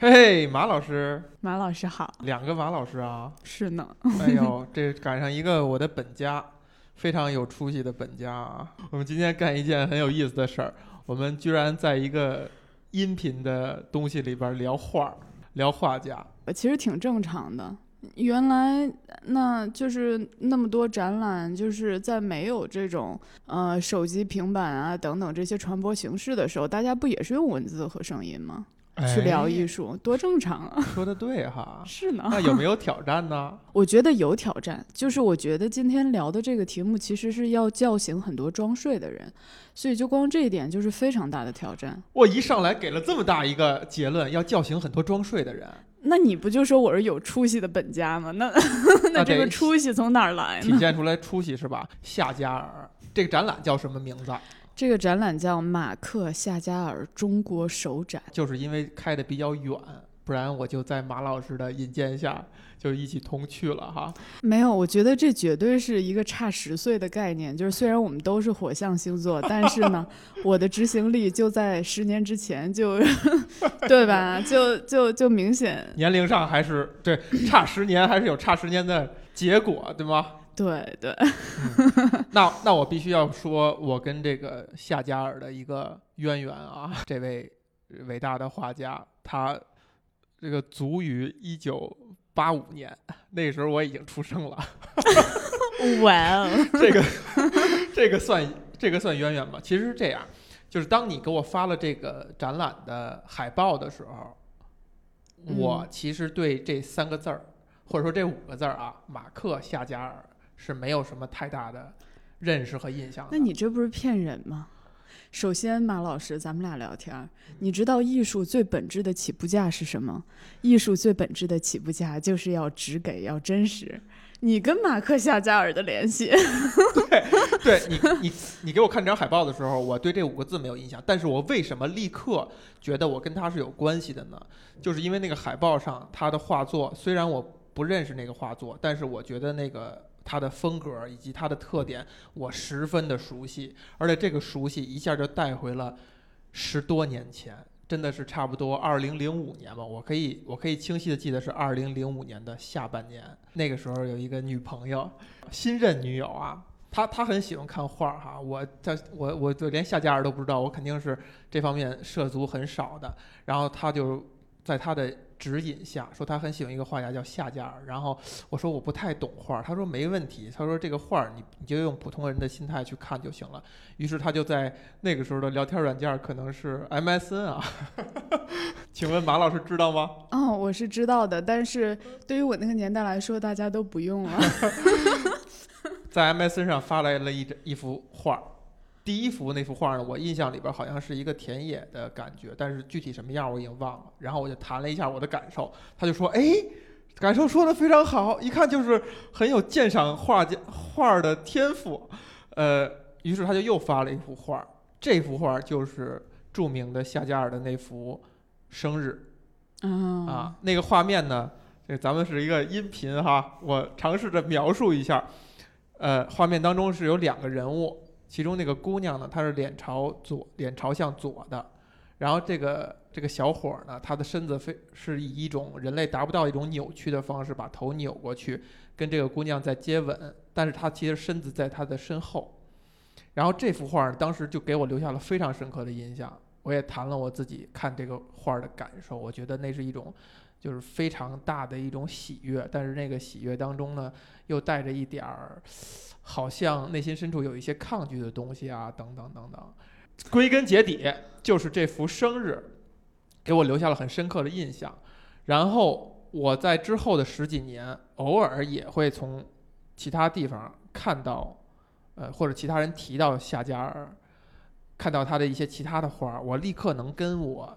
嘿，马老师， 马老师好。 两个马老师啊！ 是呢。 哎呦，这赶上一个我的本家，非常有出息的本家啊！我们今天干一件很有意思的事儿，我们居然在一个音频的东西里边聊画，聊画家。 其实挺正常的。原来那就是那么多展览，就是在没有这种手机、平板啊等等这些传播形式的时候，大家不也是用文字和声音吗？去聊艺术，多正常啊！ 说的对哈。 是呢。 那有没有挑战呢？ 我觉得有挑战，就是我觉得今天聊的这个题目其实是要叫醒很多装睡的人，所以就光这一点就是非常大的挑战。 我一上来给了这么大一个结论，要叫醒很多装睡的人。 那你不就说我是有出息的本家吗？那这个出息从哪儿来呢？ 体现出来出息是吧？夏加尔这个展览叫什么名字？ 这个展览叫马克夏加尔中国首展。 就是因为开的比较远，不然我就在马老师的引荐下就一起同去了哈。 没有，我觉得这绝对是一个差10岁的概念。就是虽然我们都是火象星座，但是呢，我的执行力就在10年之前就，对吧？就明显年龄上还是对差10年，还是有差10年的结果，对吗？ 对对。 那我必须要说，我跟这个夏加尔的一个渊源啊，这位伟大的画家，他这个卒于1985年，那时候我已经出生了。 哇哦， 这个算渊源吗？其实是这样，就是当你给我发了这个展览的海报的时候，我其实对这3个字儿，或者说这5个字儿啊，马克夏加尔是没有什么太大的认识和印象的。 那你这不是骗人吗？首先，马老师，咱们俩聊天，你知道艺术最本质的起步价是什么？艺术最本质的起步价就是要直给，要真实。你跟马克夏加尔的联系？ 对，你给我看这张海报的时候，我对这5个字没有印象，但是我为什么立刻觉得我跟他是有关系的呢？就是因为那个海报上他的画作，虽然我不认识那个画作，但是我觉得那个他的风格以及他的特点我十分的熟悉，而且这个熟悉一下就带回了10多年前，真的是差不多2005年吧。我可以清晰的记得是2005年的下半年，那个时候有一个女朋友，新任女友啊，她很喜欢看画哈，我就连夏加尔都不知道，我肯定是这方面涉足很少的。然后她就在她的指引下说他很喜欢一个画家叫夏加尔，然后我说我不太懂画，他说没问题，他说这个画你就用普通人的心态去看就行了。于是他就在那个时候的聊天软件可能是 MSN 啊。请问马老师知道吗？ 哦，我是知道的，但是对于我那个年代来说大家都不用了。 在 MSN 上发来了一幅画，第一幅那幅画呢，我印象里边好像是一个田野的感觉，但是具体什么样我已经忘了。然后我就谈了一下我的感受，他就说：“哎，感受说的非常好，一看就是很有鉴赏画的天赋。”于是他就又发了一幅画，这幅画就是著名的夏加尔的那幅《生日》啊。那个画面呢，这咱们是一个音频哈，我尝试着描述一下。画面当中是有2个人物。其中那个姑娘呢，她是脸朝向左的，然后这个小伙呢，他的身子是以一种人类达不到一种扭曲的方式把头扭过去，跟这个姑娘在接吻，但是他其实身子在她的身后。然后这幅画当时就给我留下了非常深刻的印象，我也谈了我自己看这个画的感受，我觉得那是一种就是非常大的一种喜悦，但是那个喜悦当中呢，又带着一点儿好像内心深处有一些抗拒的东西啊，等等等等。归根结底就是这幅生日给我留下了很深刻的印象。然后我在之后的10几年偶尔也会从其他地方看到或者其他人提到夏加尔，看到他的一些其他的画，我立刻能跟我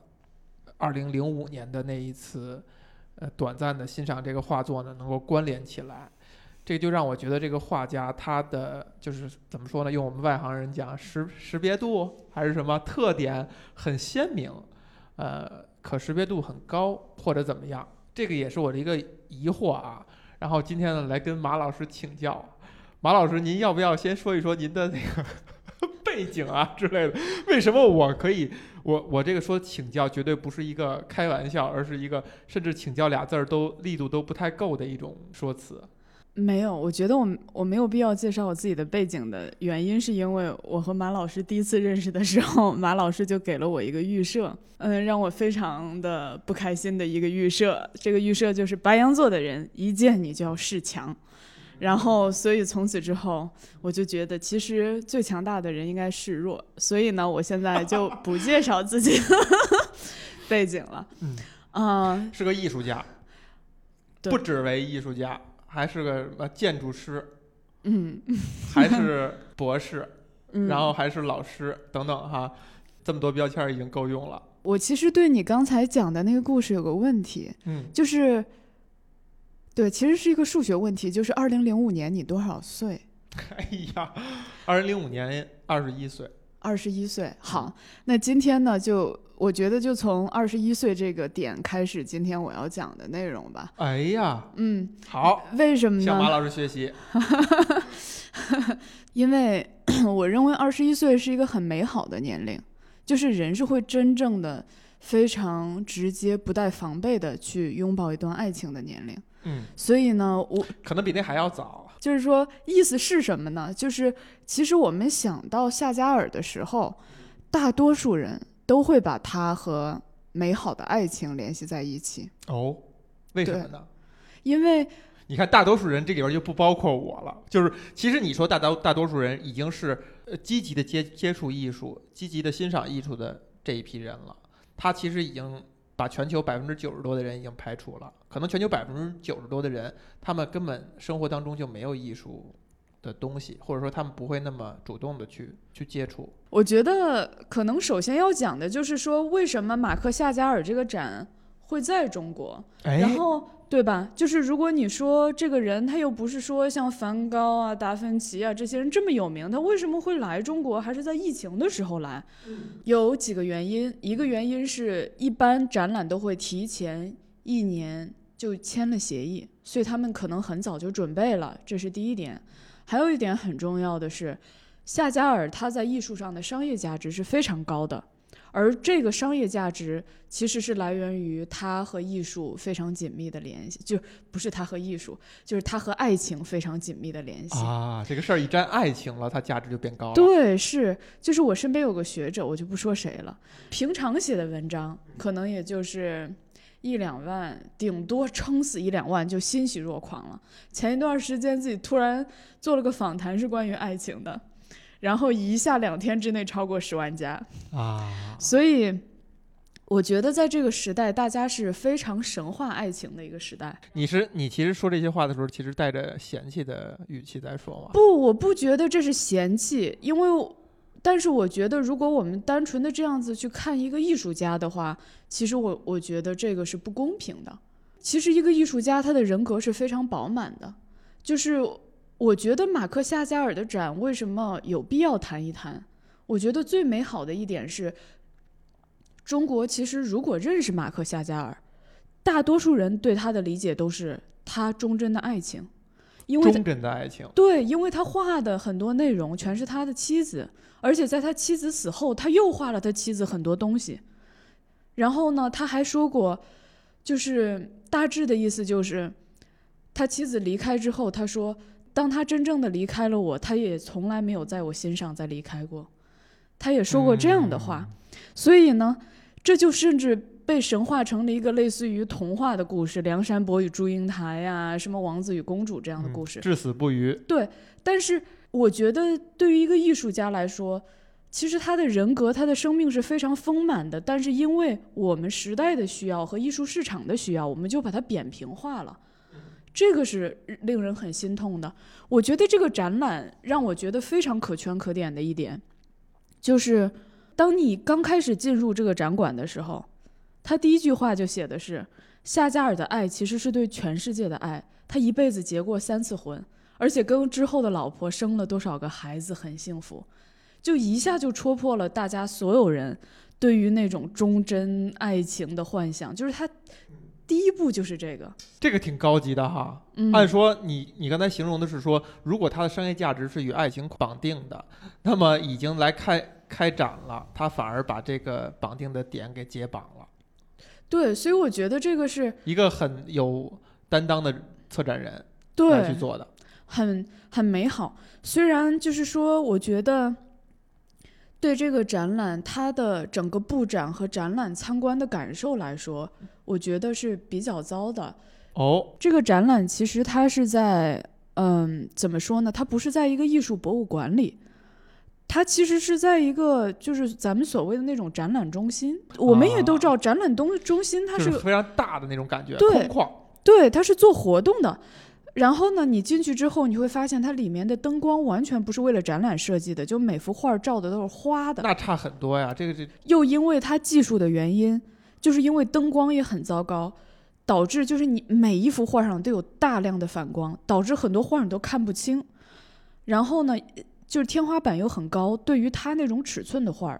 2005年的那一次短暂的欣赏这个画作呢能够关联起来。这就让我觉得这个画家他的就是怎么说呢，用我们外行人讲识别度还是什么特点很鲜明，可识别度很高或者怎么样，这个也是我的一个疑惑啊。然后今天呢来跟马老师请教，马老师您要不要先说一说您的那个背景啊之类的。为什么我可以？我这个说请教绝对不是一个开玩笑，而是一个甚至请教俩字儿都力度都不太够的一种说辞。 没有，我觉得我没有必要介绍我自己的背景的原因，是因为我和马老师第一次认识的时候，马老师就给了我一个预设，让我非常的不开心的一个预设。这个预设就是白羊座的人一见你就要示强，然后所以从此之后我就觉得其实最强大的人应该示弱，所以呢，我现在就不介绍自己的背景了。 是个艺术家，不只为艺术家。还是个什么建筑师，还是博士，然后还是老师等等哈，这么多标签已经够用了。 我其实对你刚才讲的那个故事有个问题，就是对，其实是一个数学问题，就是2005年你多少岁？ 哎呀，2005年21岁。 21岁，好，那今天呢，我觉得就从21岁这个点开始，今天我要讲的内容吧。 哎呀，好， 为什么呢？ 向马老师学习。 因为我认为21岁是一个很美好的年龄，就是人是会真正的、非常直接、不带防备的去拥抱一段爱情的年龄。所以呢，我可能比那还要早。 就是说，意思是什么呢？就是其实我们想到夏加尔的时候，大多数人都会把他和美好的爱情联系在一起。 哦，为什么呢？ 因为你看，大多数人这里边就不包括我了。就是其实你说大多数人已经是积极的接触艺术、积极的欣赏艺术的这一批人了。他其实已经把全球90%多的人已经排除了，可能全球90%多的人，他们根本生活当中就没有艺术的东西，或者说他们不会那么主动的去接触。 我觉得可能首先要讲的就是说，为什么马克夏加尔这个展会在中国，然后对吧？就是如果你说这个人他又不是说像梵高啊、达芬奇啊这些人这么有名，他为什么会来中国，还是在疫情的时候来？有几个原因，一个原因是一般展览都会提前1年就签了协议，所以他们可能很早就准备了，这是第一点。还有一点很重要的是，夏加尔他在艺术上的商业价值是非常高的，而这个商业价值其实是来源于他和艺术非常紧密的联系，就不是他和艺术，就是他和爱情非常紧密的联系啊。这个事儿一沾爱情了，它价值就变高了。 对，是，就是我身边有个学者，我就不说谁了，平常写的文章可能也就是1-2万，顶多撑死1-2万就欣喜若狂了。前一段时间自己突然做了个访谈，是关于爱情的，然后一下2天之内超过10万加啊！所以我觉得在这个时代，大家是非常神话爱情的一个时代。你其实说这些话的时候，其实带着嫌弃的语气在说吗？ 不，我不觉得这是嫌弃，但是我觉得如果我们单纯的这样子去看一个艺术家的话，其实我觉得这个是不公平的。其实一个艺术家他的人格是非常饱满的，就是我觉得马克夏加尔的展为什么有必要谈一谈，我觉得最美好的一点是，中国其实如果认识马克夏加尔，大多数人对他的理解都是他忠贞的爱情， 忠贞的爱情。 对，因为他画的很多内容全是他的妻子，而且在他妻子死后，他又画了他妻子很多东西。然后呢，他还说过，就是大致的意思就是，他妻子离开之后，他说，当他真正的离开了我，他也从来没有在我心上再离开过。他也说过这样的话。所以呢，这就甚至被神化成了一个类似于童话的故事，梁山伯与祝英台呀，什么王子与公主这样的故事， 至死不渝。 对，但是我觉得对于一个艺术家来说，其实他的人格他的生命是非常丰满的，但是因为我们时代的需要和艺术市场的需要，我们就把它扁平化了，这个是令人很心痛的。我觉得这个展览让我觉得非常可圈可点的一点，就是当你刚开始进入这个展馆的时候，他第一句话就写的是，夏加尔的爱其实是对全世界的爱，他一辈子结过3次婚，而且跟之后的老婆生了多少个孩子，很幸福。就一下就戳破了大家所有人对于那种忠贞爱情的幻想，就是第一步就是这个。 这个挺高级的哈。按说你刚才形容的是说，如果它的商业价值是与爱情绑定的，那么已经来开展了，它反而把这个绑定的点给解绑了。 对，所以我觉得这个是一个很有担当的策展人来去做的， 很美好。虽然就是说，我觉得对这个展览它的整个布展和展览参观的感受来说，我觉得是比较糟的。这个展览其实它是在怎么说呢？它不是在一个艺术博物馆里。它其实是在一个就是咱们所谓的那种展览中心，我们也都知道展览中心它是非常大的那种感觉， 对， 空旷， 对，它是做活动的。然后呢，你进去之后，你会发现它里面的灯光完全不是为了展览设计的，就每幅画照的都是花的， 那差很多呀。这又因为它技术的原因，就是因为灯光也很糟糕，导致就是你每一幅画上都有大量的反光，导致很多画你都看不清。然后呢，就是天花板又很高，对于它那种尺寸的画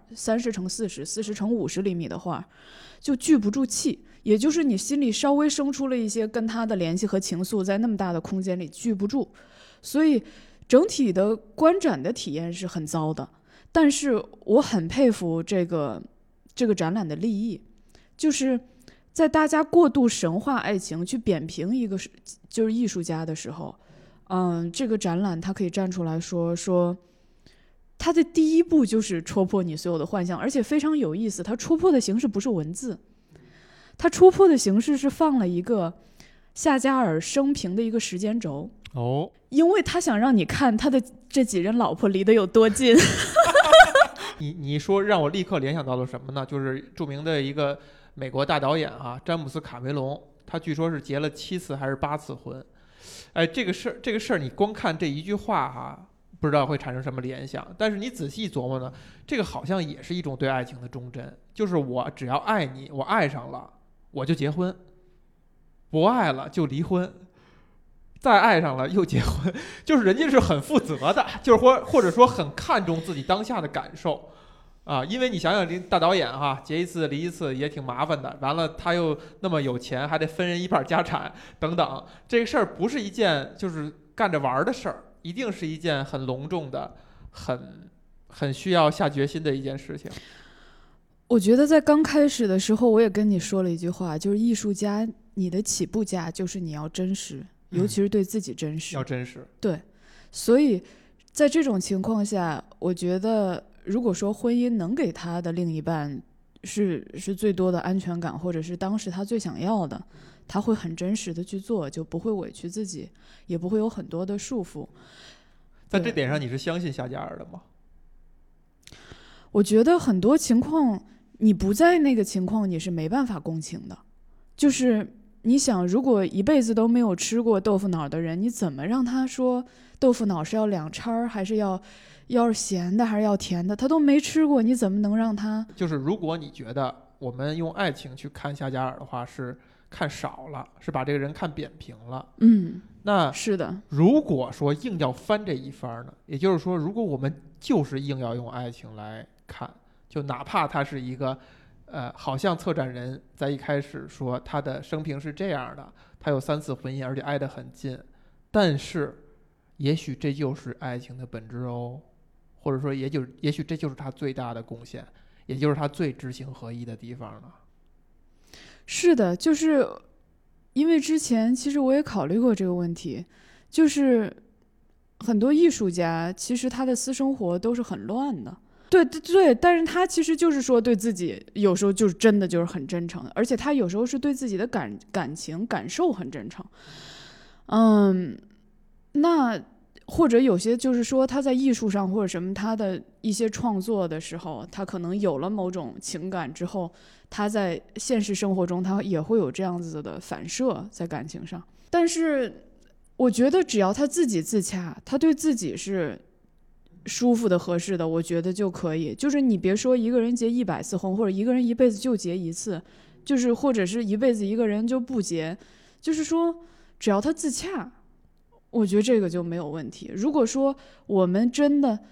，30×40、40×50厘米的画，就聚不住气。也就是你心里稍微生出了一些跟他的联系和情愫，在那么大的空间里聚不住，所以整体的观展的体验是很糟的。但是我很佩服这个展览的立意，就是在大家过度神话爱情去扁平一个就是艺术家的时候，这个展览它可以站出来说它的第一步就是戳破你所有的幻象，而且非常有意思，它戳破的形式不是文字，它戳破的形式是放了一个夏加尔生平的一个时间轴。因为他想让你看他的这几任老婆离得有多近。 你说让我立刻联想到了什么呢？就是著名的一个美国大导演詹姆斯卡梅隆，他据说是结了7次还是8次婚。这个事儿你光看这一句话不知道会产生什么联想，但是你仔细琢磨呢，这个好像也是一种对爱情的忠贞，就是我只要爱你，我爱上了我就结婚，不爱了就离婚，再爱上了又结婚，就是人家是很负责的，就是或者说很看重自己当下的感受因为你想想这大导演结一次离一次也挺麻烦的，完了他又那么有钱，还得分人一半家产等等，这个事儿不是一件就是干着玩的事儿，一定是一件很隆重的、很需要下决心的一件事情。 我觉得在刚开始的时候，我也跟你说了一句话，就是艺术家，你的起步价就是你要真实，尤其是对自己真实， 要真实。 对，所以在这种情况下，我觉得如果说婚姻能给他的另一半是最多的安全感，或者是当时他最想要的，他会很真实的去做，就不会委屈自己，也不会有很多的束缚。 在这点上，你是相信夏加尔的吗？ 我觉得很多情况，你不在那个情况，你是没办法共情的。就是你想，如果一辈子都没有吃过豆腐脑的人，你怎么让他说豆腐脑是要2掺，还是要是咸的，还是要甜的？他都没吃过，你怎么能让他？ 就是如果你觉得我们用爱情去看夏加尔的话，是看少了，是把这个人看扁平了。那是的。 如果说硬要翻这一番呢，也就是说，如果我们就是硬要用爱情来看，就哪怕他是一个好像策展人在一开始说他的生平是这样的，他有3次婚姻，而且挨得很近，但是也许这就是爱情的本质哦，或者说也许这就是他最大的贡献，也就是他最知行合一的地方了。 是的，就是因为之前其实我也考虑过这个问题，就是很多艺术家其实他的私生活都是很乱的。对，但是他其实就是说对自己有时候就是真的就是很真诚的，而且他有时候是对自己的感情感受很真诚。那或者有些就是说他在艺术上或者什么他的一些创作的时候，他可能有了某种情感之后，他在现实生活中他也会有这样子的反射在感情上。但是我觉得只要他自己自洽，他对自己是舒服的合适的，我觉得就可以。就是你别说一个人结100次婚，或者一个人一辈子就结1次，就是或者是一辈子一个人就不结，就是说只要他自洽，我觉得这个就没有问题。如果说我们真的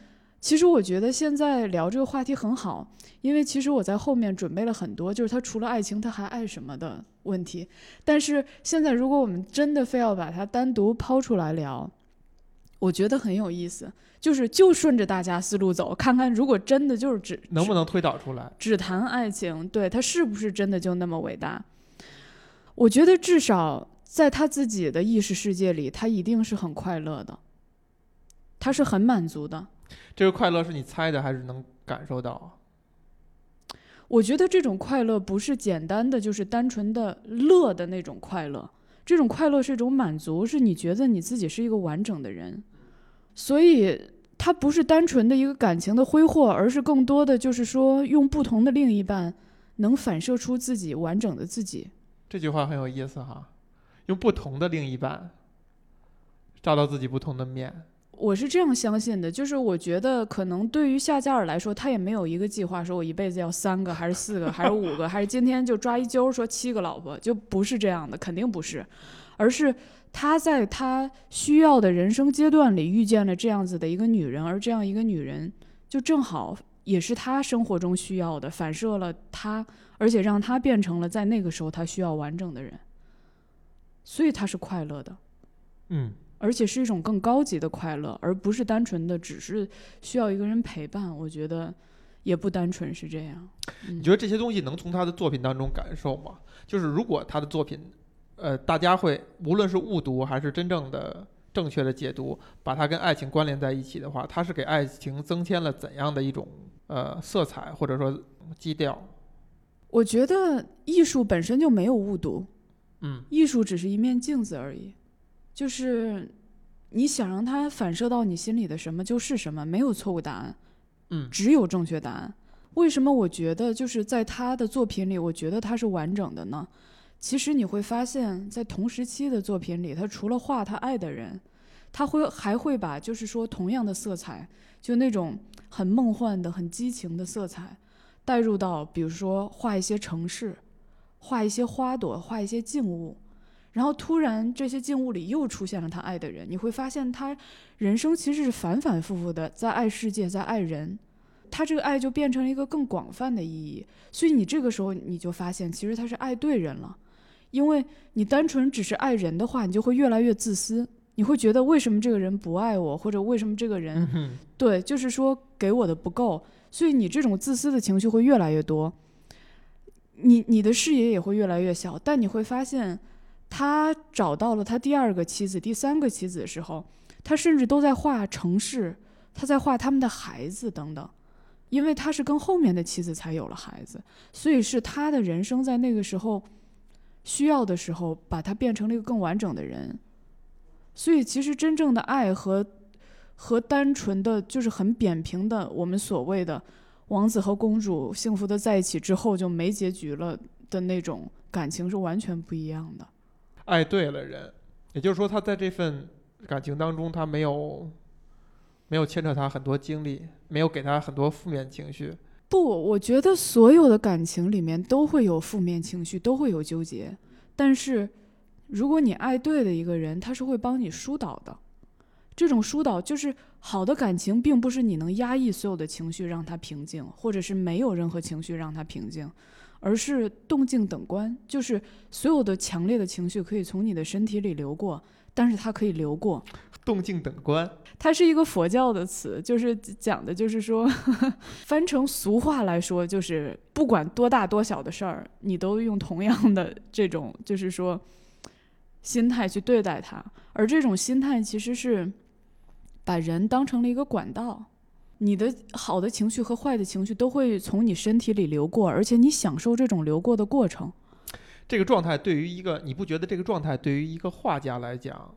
其实我觉得现在聊这个话题很好，因为其实我在后面准备了很多，就是他除了爱情他还爱什么的问题。但是现在如果我们真的非要把它单独抛出来聊，我觉得很有意思，就顺着大家思路走，看看如果真的就是能不能推导出来， 只谈爱情，对，他是不是真的就那么伟大。我觉得至少在他自己的意识世界里，他一定是很快乐的，他是很满足的。 这个快乐是你猜的还是能感受到啊？ 我觉得这种快乐不是简单的就是单纯的乐的那种快乐，这种快乐是一种满足，是你觉得你自己是一个完整的人。所以它不是单纯的一个感情的挥霍，而是更多的就是说用不同的另一半能反射出自己完整的自己。 这句话很有意思哈，用不同的另一半照到自己不同的面。 我是这样相信的，就是我觉得可能对于夏加尔来说，他也没有一个计划说我一辈子要3个还是4个还是5个还是今天就抓一阄说7个老婆，就不是这样的，肯定不是。而是他在他需要的人生阶段里遇见了这样子的一个女人，而这样一个女人就正好也是他生活中需要的，反射了他，而且让他变成了在那个时候他需要完整的人，所以他是快乐的。而且是一种更高级的快乐，而不是单纯的只是需要一个人陪伴。我觉得也不单纯是这样。 你觉得这些东西能从他的作品当中感受吗？就是如果他的作品大家会无论是误读还是真正的正确的解读，把它跟爱情关联在一起的话，它是给爱情增添了怎样的一种色彩或者说基调？ 我觉得艺术本身就没有误读，艺术只是一面镜子而已，就是你想让它反射到你心里的什么就是什么，没有错误答案，只有正确答案。为什么我觉得就是在他的作品里，我觉得他是完整的呢？其实你会发现在同时期的作品里，他除了画他爱的人，他还会把就是说同样的色彩，就那种很梦幻的很激情的色彩带入到比如说画一些城市，画一些花朵，画一些静物，然后突然这些静物里又出现了他爱的人，你会发现他人生其实是反反复复的在爱世界，在爱人，他这个爱就变成了一个更广泛的意义。所以你这个时候你就发现其实他是爱对人了。因为你单纯只是爱人的话，你就会越来越自私，你会觉得为什么这个人不爱我，或者为什么这个人对就是说给我的不够，所以你这种自私的情绪会越来越多，你的视野也会越来越小。但你会发现他找到了他第2个妻子第3个妻子的时候，他甚至都在画城市，他在画他们的孩子等等，因为他是跟后面的妻子才有了孩子，所以是他的人生在那个时候需要的时候把他变成了一个更完整的人。所以其实真正的爱和单纯的就是很扁平的我们所谓的王子和公主幸福的在一起之后就没结局了的那种感情是完全不一样的。 爱对了人，也就是说他在这份感情当中他没有牵扯他很多精力，没有给他很多负面情绪。 不，我觉得所有的感情里面都会有负面情绪，都会有纠结，但是如果你爱对的一个人，他是会帮你疏导的。这种疏导就是好的感情并不是你能压抑所有的情绪让他平静，或者是没有任何情绪让他平静，而是动静等观，就是所有的强烈的情绪可以从你的身体里流过，但是它可以流过。 动静等观， 它是一个佛教的词，就是讲的就是说翻成俗话来说，就是不管多大多小的事儿，你都用同样的这种就是说心态去对待它。而这种心态其实是把人当成了一个管道，你的好的情绪和坏的情绪都会从你身体里流过，而且你享受这种流过的过程。 这个状态对于你不觉得这个状态对于一个画家来讲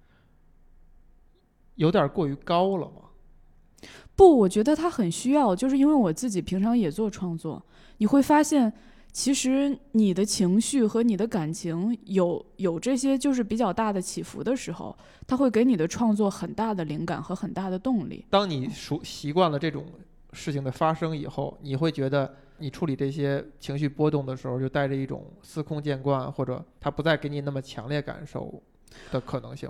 有点过于高了吗？ 不，我觉得他很需要，就是因为我自己平常也做创作，你会发现其实你的情绪和你的感情有这些就是比较大的起伏的时候，它会给你的创作很大的灵感和很大的动力。 当你习惯了这种事情的发生以后，你会觉得你处理这些情绪波动的时候就带着一种司空见惯，或者它不再给你那么强烈感受的可能性吗？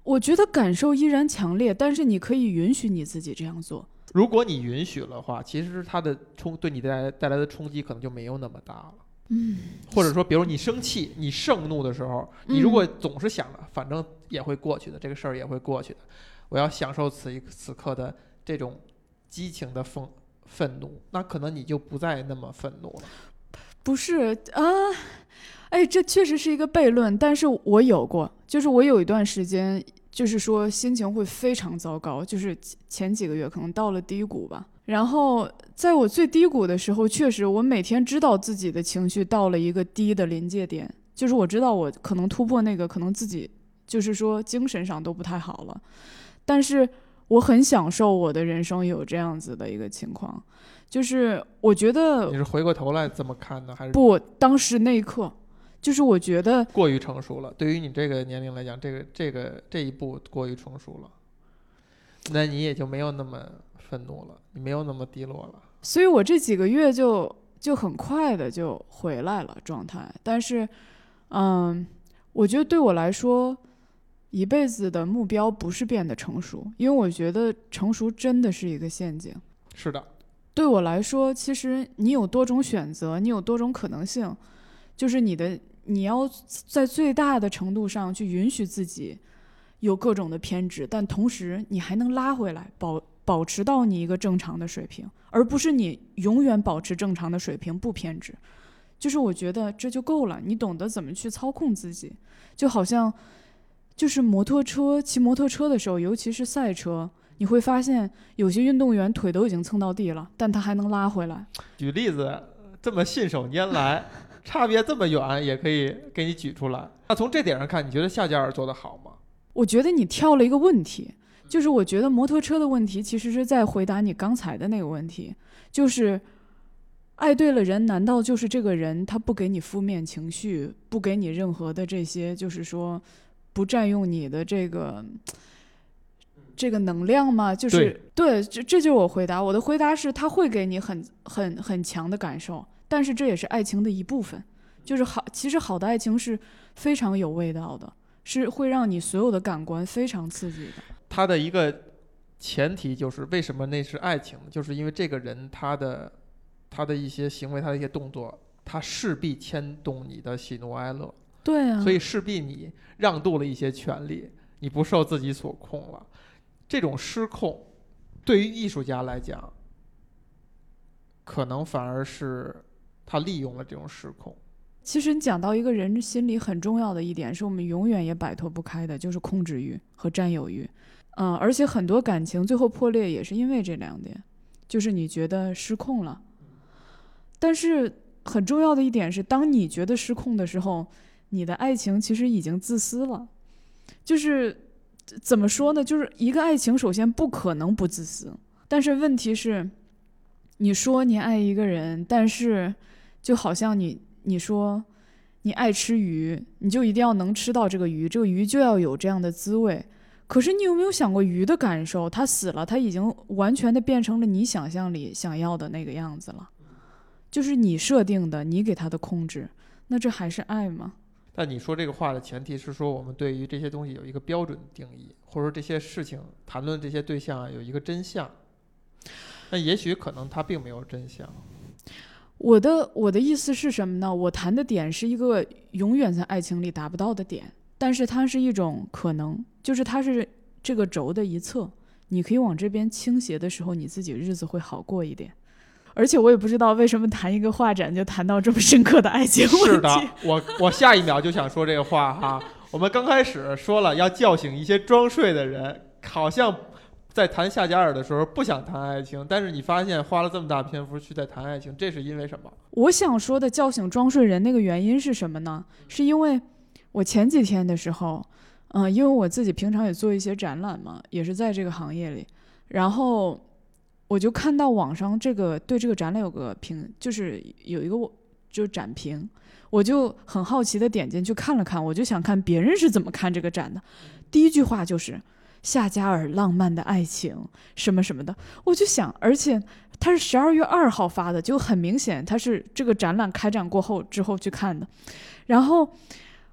我觉得感受依然强烈，但是你可以允许你自己这样做。 如果你允许了的话，其实它的对你带来的冲击可能就没有那么大了。或者说比如你生气你盛怒的时候，你如果总是想着反正也会过去的，这个事儿也会过去的，我要享受此刻的这种激情的愤怒，那可能你就不再那么愤怒了。 不是啊，哎，这确实是一个悖论，但是我有过，就是我有一段时间就是说心情会非常糟糕，就是前几个月可能到了低谷吧。然后在我最低谷的时候，确实我每天知道自己的情绪到了一个低的临界点，就是我知道我可能突破那个，可能自己就是说精神上都不太好了，但是我很享受我的人生有这样子的一个情况。就是我觉得你是回过头来这么看呢，还是不？当时那一刻，就是我觉得过于成熟了。对于你这个年龄来讲，这一步过于成熟了，那你也就没有那么愤怒了，你没有那么低落了。 所以我这几个月就很快的就回来了状态。但是，我觉得对我来说，一辈子的目标不是变得成熟，因为我觉得成熟真的是一个陷阱。 是的。 对我来说，其实你有多种选择，你有多种可能性，就是你要在最大的程度上去允许自己有各种的偏执，但同时你还能拉回来，保持到你一个正常的水平，而不是你永远保持正常的水平不偏执。就是我觉得这就够了，你懂得怎么去操控自己，就好像就是骑摩托车的时候，尤其是赛车，你会发现有些运动员腿都已经蹭到地了，但他还能拉回来。 举例子这么信手拈来，差别这么远也可以给你举出来。那从这点上看，你觉得夏加尔做得好吗？ 我觉得你跳了一个问题，就是我觉得摩托车的问题其实是在回答你刚才的那个问题，就是爱对了人，难道就是这个人他不给你负面情绪，不给你任何的这些，就是说不占用你的这个能量吗？就是对，这就是我回答。我的回答是他会给你很强的感受，但是这也是爱情的一部分。就是其实好的爱情是非常有味道的，是会让你所有的感官非常刺激的。 他的一个前提就是为什么那是爱情，就是因为这个人他的一些行为，他的一些动作，他势必牵动你的喜怒哀乐。 对啊， 所以势必你让渡了一些权利，你不受自己所控了。这种失控对于艺术家来讲，可能反而是他利用了这种失控。 其实你讲到一个人心里很重要的一点，是我们永远也摆脱不开的，就是控制欲和占有欲。而且很多感情最后破裂也是因为这两点，就是你觉得失控了。但是很重要的一点是，当你觉得失控的时候，你的爱情其实已经自私了。就是怎么说呢，就是一个爱情首先不可能不自私，但是问题是你说你爱一个人，但是就好像你说你爱吃鱼，你就一定要能吃到这个鱼，这个鱼就要有这样的滋味。可是你有没有想过鱼的感受？它死了，它已经完全的变成了你想象里想要的那个样子了，就是你设定的，你给它的控制，那这还是爱吗？ 但你说这个话的前提是说，我们对于这些东西有一个标准定义，或者说这些事情谈论这些对象有一个真相。那也许可能它并没有真相。 我的意思是什么呢？我谈的点是一个永远在爱情里达不到的点，但是它是一种可能，就是它是这个轴的一侧，你可以往这边倾斜的时候，你自己日子会好过一点。而且我也不知道为什么谈一个画展就谈到这么深刻的爱情问题。 是的，我下一秒就想说这个话哈。我们刚开始说了要叫醒一些装睡的人，好像在谈夏加尔的时候不想谈爱情，但是你发现花了这么大篇幅去在谈爱情，这是因为什么？ 我想说的叫醒装睡人那个原因是什么呢？是因为我前几天的时候，因为我自己平常也做一些展览嘛，也是在这个行业里，然后我就看到网上对这个展览有个就是有一个就展评，我就很好奇的点进去看了看，我就想看别人是怎么看这个展的。第一句话就是夏加尔浪漫的爱情什么什么的，我就想，而且他是12月2号发的，就很明显他是这个展览开展过后之后去看的。然后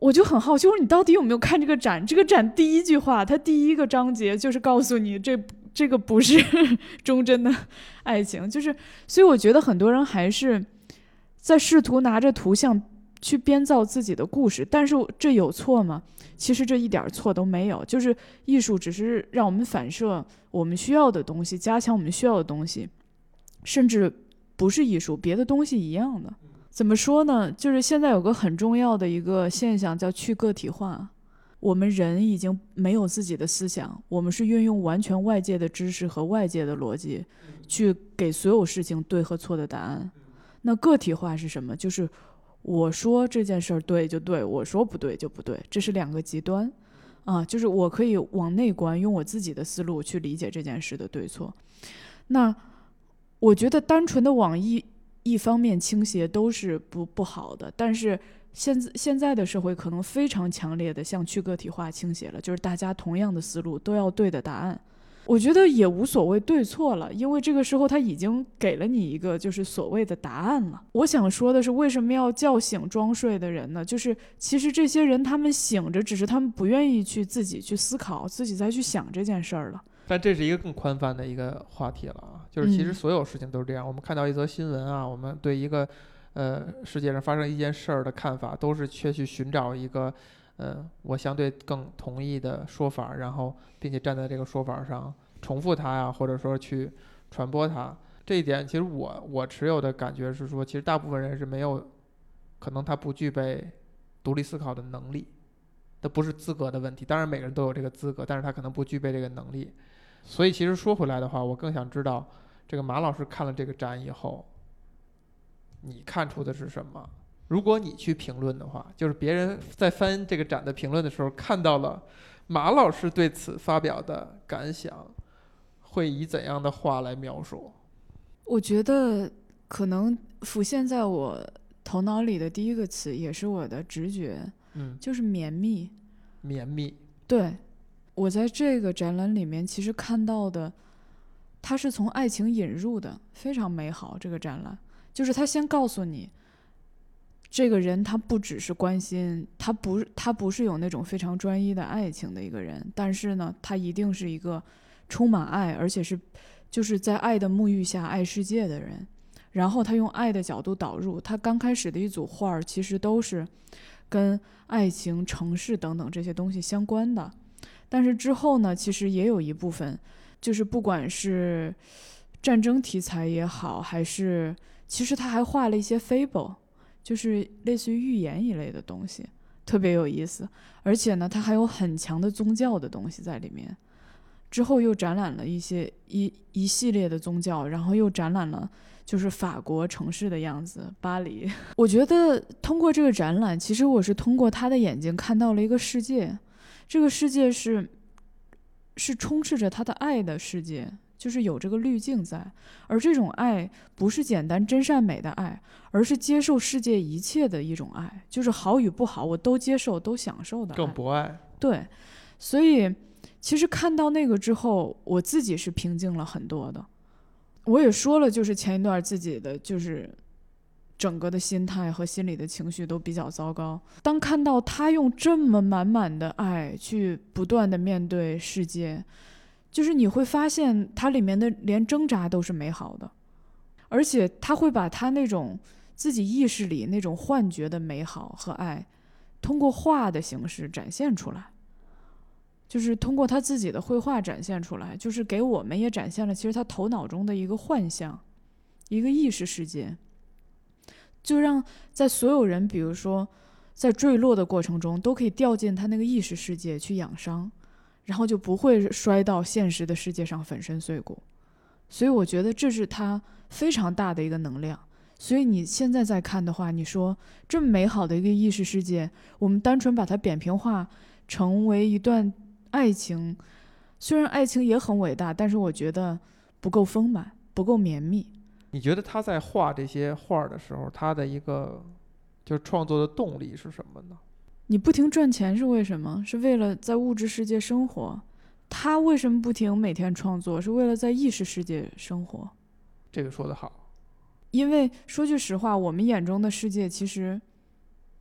我就很好奇，我说你到底有没有看这个展？这个展第一句话，它第一个章节就是告诉你这个不是忠贞的爱情，就是所以我觉得很多人还是在试图拿着图像去编造自己的故事，但是这有错吗？其实这一点错都没有，就是艺术只是让我们反射我们需要的东西，加强我们需要的东西，甚至不是艺术，别的东西一样的。怎么说呢？就是现在有个很重要的一个现象叫去个体化。我们人已经没有自己的思想，我们是运用完全外界的知识和外界的逻辑去给所有事情对和错的答案。那个体化是什么？就是我说这件事儿对就对，我说不对就不对，这是两个极端啊。就是我可以往内观，用我自己的思路去理解这件事的对错。那我觉得单纯的往一方面倾斜都是不好的，但是现在的社会可能非常强烈的向去个体化倾斜了，就是大家同样的思路都要对的答案。我觉得也无所谓对错了，因为这个时候他已经给了你一个就是所谓的答案了。我想说的是，为什么要叫醒装睡的人呢？就是其实这些人他们醒着，只是他们不愿意去自己去思考，自己再去想这件事儿了。 但这是一个更宽泛的一个话题了啊，就是其实所有事情都是这样。我们看到一则新闻啊，我们对一个世界上发生一件事儿的看法，都是去寻找一个我相对更同意的说法，然后并且站在这个说法上重复它呀，或者说去传播它。这一点其实我持有的感觉是说，其实大部分人是没有，可能他不具备独立思考的能力，这不是资格的问题。当然每个人都有这个资格，但是他可能不具备这个能力。所以其实说回来的话，我更想知道这个马老师看了这个展以后，你看出的是什么？如果你去评论的话，就是别人在翻这个展的评论的时候看到了马老师对此发表的感想，会以怎样的话来描述？ 我觉得可能浮现在我头脑里的第一个词，也是我的直觉，就是绵密。 绵密。 对，我在这个展览里面其实看到的，它是从爱情引入的，非常美好。这个展览就是他先告诉你，这个人他不只是关心，他不是有那种非常专一的爱情的一个人，但是呢，他一定是一个充满爱，而且是就是在爱的沐浴下爱世界的人。然后他用爱的角度导入，他刚开始的一组画其实都是跟爱情、城市等等这些东西相关的。但是之后呢，其实也有一部分，就是不管是战争题材也好，还是其实他还画了一些 fable， 就是类似于寓言一类的东西，特别有意思。而且呢，他还有很强的宗教的东西在里面。之后又展览了一系列的宗教，然后又展览了就是法国城市的样子，巴黎。我觉得通过这个展览，其实我是通过他的眼睛看到了一个世界，这个世界是充斥着他的爱的世界，就是有这个滤镜在。而这种爱不是简单真善美的爱，而是接受世界一切的一种爱，就是好与不好我都接受都享受的爱， 更博爱。 对，所以其实看到那个之后，我自己是平静了很多的。我也说了，就是前一段自己的就是整个的心态和心理的情绪都比较糟糕。当看到他用这么满满的爱去不断的面对世界，就是你会发现他里面的连挣扎都是美好的，而且他会把他那种自己意识里那种幻觉的美好和爱，通过画的形式展现出来。就是通过他自己的绘画展现出来，就是给我们也展现了其实他头脑中的一个幻象，一个意识世界，就让在所有人比如说在坠落的过程中都可以掉进他那个意识世界去养伤，然后就不会摔到现实的世界上粉身碎骨。所以我觉得这是他非常大的一个能量。所以你现在再看的话，你说这么美好的一个意识世界，我们单纯把它扁平化成为一段爱情，虽然爱情也很伟大，但是我觉得不够丰满，不够绵密。 你觉得他在画这些画的时候，他的一个就是创作的动力是什么呢？ 你不停赚钱是为什么？是为了在物质世界生活。他为什么不停每天创作？是为了在意识世界生活。 这个说得好。 因为说句实话，我们眼中的世界其实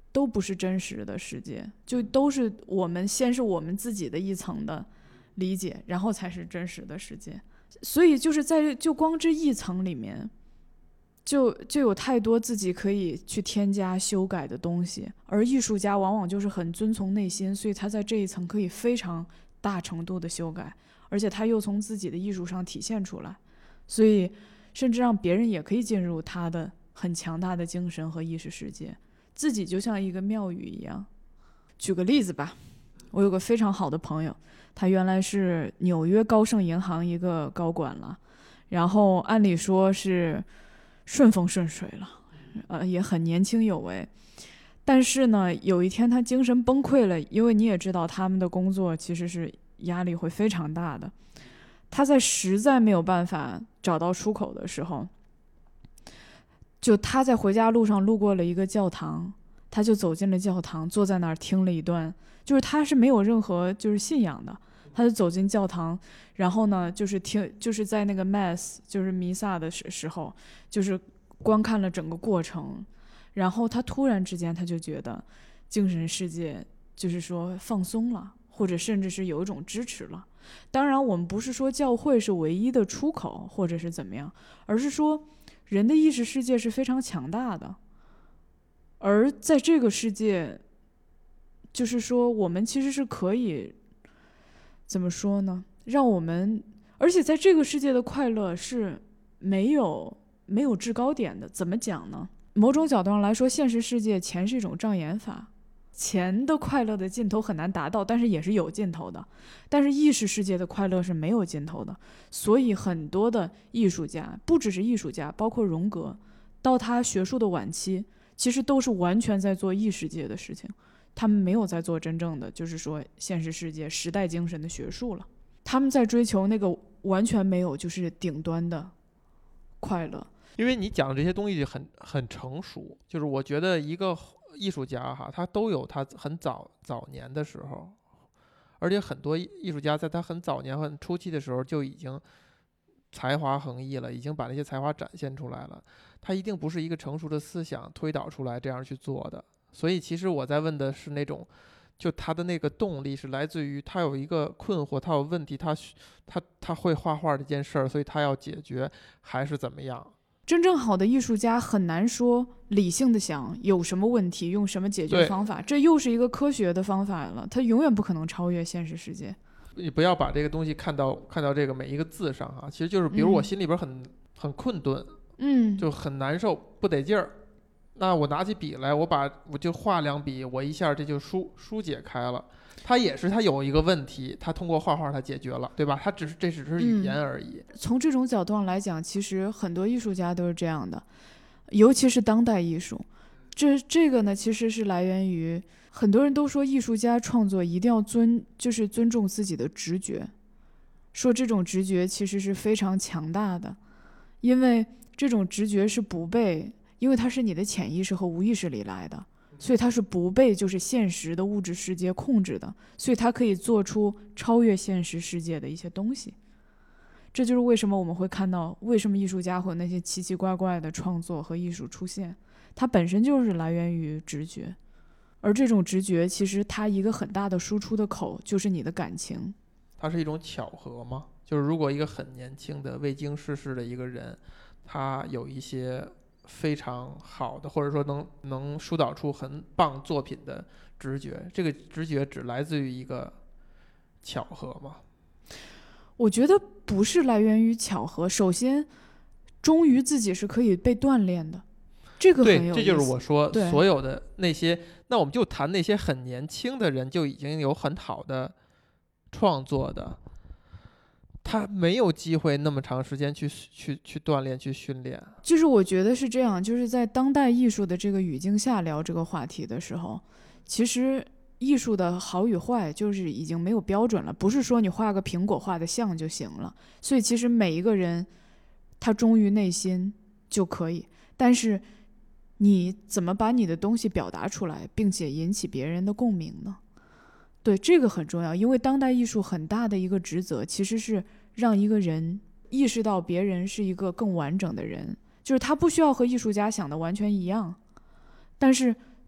都不是真实的世界，就都是先是我们自己的一层的理解，然后才是真实的世界。所以就是就光这一层里面就有太多自己可以去添加修改的东西，而艺术家往往就是很遵从内心，所以他在这一层可以非常大程度的修改，而且他又从自己的艺术上体现出来，所以甚至让别人也可以进入他的很强大的精神和意识世界，自己就像一个庙宇一样。举个例子吧，我有个非常好的朋友，他原来是纽约高盛银行一个高管了，然后按理说是顺风顺水了，也很年轻有为。但是呢，有一天他精神崩溃了，因为你也知道他们的工作其实是压力会非常大的。他在实在没有办法找到出口的时候，就他在回家路上路过了一个教堂，他就走进了教堂，坐在那儿听了一段，就是他是没有任何就是信仰的，他就走进教堂，然后呢就是在那个 mass 就是弥撒的时候，就是观看了整个过程，然后他突然之间他就觉得精神世界就是说放松了，或者甚至是有一种支持了。当然我们不是说教会是唯一的出口或者是怎么样，而是说人的意识世界是非常强大的，而在这个世界就是说我们其实是可以怎么说呢，让我们，而且在这个世界的快乐是没有制高点的。怎么讲呢？某种角度上来说，现实世界钱是一种障眼法，钱的快乐的尽头很难达到，但是也是有尽头的。但是意识世界的快乐是没有尽头的，所以很多的艺术家，不只是艺术家，包括荣格，到他学术的晚期，其实都是完全在做异世界的事情，他们没有在做真正的就是说现实世界时代精神的学术了，他们在追求那个完全没有就是顶端的快乐。 因为你讲的这些东西很成熟，就是我觉得一个艺术家哈，他都有他很早年的时候，而且很多艺术家在他很早年很初期的时候就已经才华横溢了，已经把那些才华展现出来了，他一定不是一个成熟的思想推导出来这样去做的。所以其实我在问的是那种，就他的那个动力是来自于他有一个困惑，他有问题，他会画画这件事儿，所以他要解决还是怎么样。 真正好的艺术家很难说理性的想有什么问题用什么解决方法，这又是一个科学的方法了，他永远不可能超越现实世界。 你不要把这个东西看到这个每一个字上啊，其实就是比如我心里边很困顿，就很难受不得劲儿，那我拿起笔来，我就画两笔，我一下这就疏解开了。他有一个问题，他通过画画他解决了，对吧？这只是语言而已。 从这种角度上来讲，其实很多艺术家都是这样的，尤其是当代艺术。这个呢，其实是来源于很多人都说艺术家创作一定要尊重自己的直觉，说这种直觉其实是非常强大的，因为这种直觉是因为它是你的潜意识和无意识里来的，所以它是不被就是现实的物质世界控制的，所以它可以做出超越现实世界的一些东西。这就是为什么我们会看到为什么艺术家会有那些奇奇怪怪的创作和艺术出现，它本身就是来源于直觉，而这种直觉其实它一个很大的输出的口就是你的感情。 它是一种巧合吗？就是如果一个很年轻的未经世事的一个人，他有一些非常好的，或者说能疏导出很棒作品的直觉，这个直觉只来自于一个巧合吗？ 我觉得不是来源于巧合，首先忠于自己是可以被锻炼的，这个很有意思。 对，这就是我说所有的那些，那我们就谈那些很年轻的人就已经有很好的创作的，他没有机会那么长时间去锻炼去训练。 就是我觉得是这样，就是在当代艺术的这个语境下聊这个话题的时候，其实艺术的好与坏就是已经没有标准了，不是说你画个苹果画的像就行了。所以其实每一个人他忠于内心就可以，但是你怎么把你的东西表达出来并且引起别人的共鸣呢？对，这个很重要，因为当代艺术很大的一个职责其实是让一个人意识到别人是一个更完整的人，就是他不需要和艺术家想的完全一样，但是